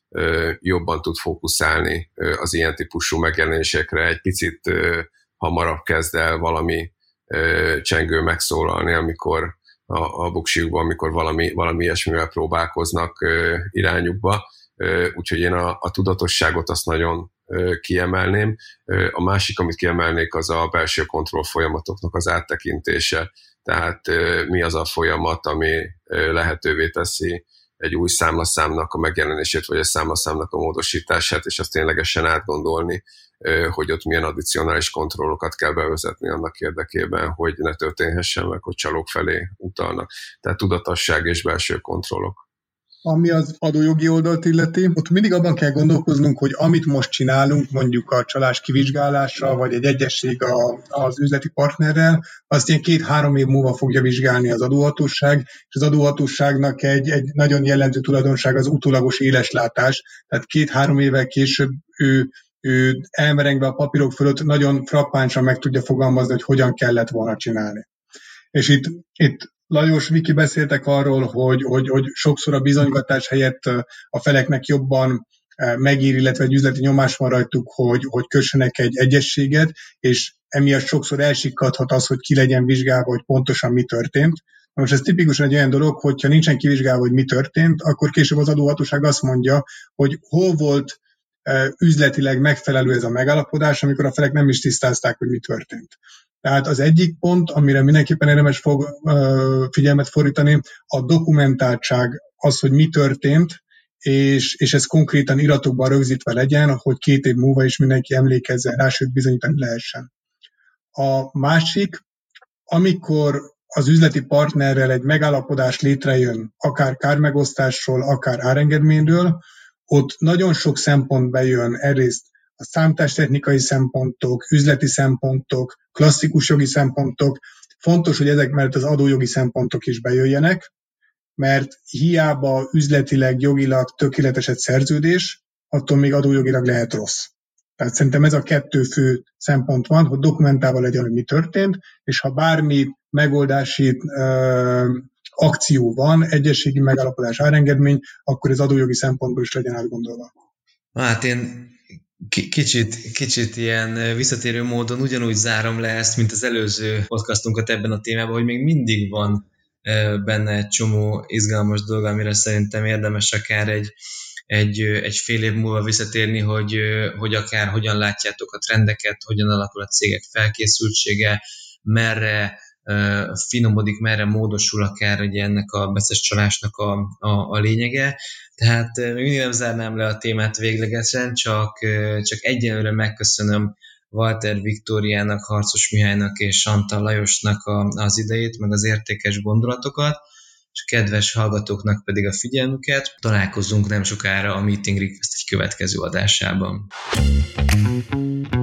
jobban tud fókuszálni az ilyen típusú megjelenésekre, egy picit hamarabb kezd el valami csengő megszólalni, amikor a, a buksiukban, amikor valami, valami ilyesmivel próbálkoznak irányukba. Úgyhogy én a, a tudatosságot azt nagyon kiemelném. A másik, amit kiemelnék, az a belső kontroll folyamatoknak az áttekintése. Tehát mi az a folyamat, ami lehetővé teszi egy új számlaszámnak a megjelenését, vagy egy számlaszámnak a módosítását, és azt ténylegesen átgondolni, hogy ott milyen addicionális kontrollokat kell bevezetni annak érdekében, hogy ne történhessen meg, hogy csalók felé utalnak. Tehát tudatosság és belső kontrollok. Ami az adójogi oldalt illeti, ott mindig abban kell gondolkoznunk, hogy amit most csinálunk, mondjuk a csalás kivizsgálása, vagy egy egyesség a, az üzleti partnerrel, azt ilyen két-három év múlva fogja vizsgálni az adóhatóság, és az adóhatóságnak egy, egy nagyon jellemző tulajdonság az utólagos éleslátás, tehát két-három évvel később ő, ő elmerengve a papírok fölött nagyon frappánsan meg tudja fogalmazni, hogy hogyan kellett volna csinálni. És itt, itt Lajos, Viki beszéltek arról, hogy, hogy, hogy sokszor a bizonygatás helyett a feleknek jobban megír, illetve egy üzleti nyomás van rajtuk, hogy, hogy kössenek egy egyességet, és emiatt sokszor elsikkadhat az, hogy ki legyen vizsgálva, hogy pontosan mi történt. Most ez tipikusan egy olyan dolog, hogyha nincsen kivizsgálva, hogy mi történt, akkor később az adóhatóság azt mondja, hogy hol volt üzletileg megfelelő ez a megállapodás, amikor a felek nem is tisztázták, hogy mi történt. Tehát az egyik pont, amire mindenképpen érdemes fog figyelmet fordítani, a dokumentáltság, az, hogy mi történt, és, és ez konkrétan iratokban rögzítve legyen, hogy két év múlva is mindenki emlékezzen rá, sőt bizonyítani lehessen. A másik, amikor az üzleti partnerrel egy megállapodás létrejön, akár kármegosztásról, akár árengedményről, ott nagyon sok szempont bejön, egyrészt a számítástechnikai szempontok, üzleti szempontok, klasszikus jogi szempontok. Fontos, hogy ezek mellett az adójogi szempontok is bejöjjenek, mert hiába üzletileg, jogilag tökéletes egy szerződés, attól még adójogilag lehet rossz. Tehát szerintem ez a kettő fő szempont van, hogy dokumentálva legyen, hogy mi történt, és ha bármi megoldási ö, akció van, egyességi megállapodás, árengedmény, akkor ez adójogi szempontból is legyen átgondolva. Hát én kicsit, kicsit ilyen visszatérő módon ugyanúgy zárom le ezt, mint az előző podcastunkat ebben a témában, hogy még mindig van benne egy csomó izgalmas dolog, amire szerintem érdemes akár egy, egy, egy fél év múlva visszatérni, hogy, hogy akár hogyan látjátok a trendeket, hogyan alakul a cégek felkészültsége, merre finomodik, merre módosul akár ugye ennek a beszes csalásnak a, a, a lényege. Tehát még mindig nem zárnám le a témát véglegesen, csak, csak egyenlőre megköszönöm Walter Viktóriának, Harcos Mihálynak és Antal Lajosnak a, az idejét, meg az értékes gondolatokat, és a kedves hallgatóknak pedig a figyelmüket. Találkozunk nem sokára a Meeting Request egy következő adásában.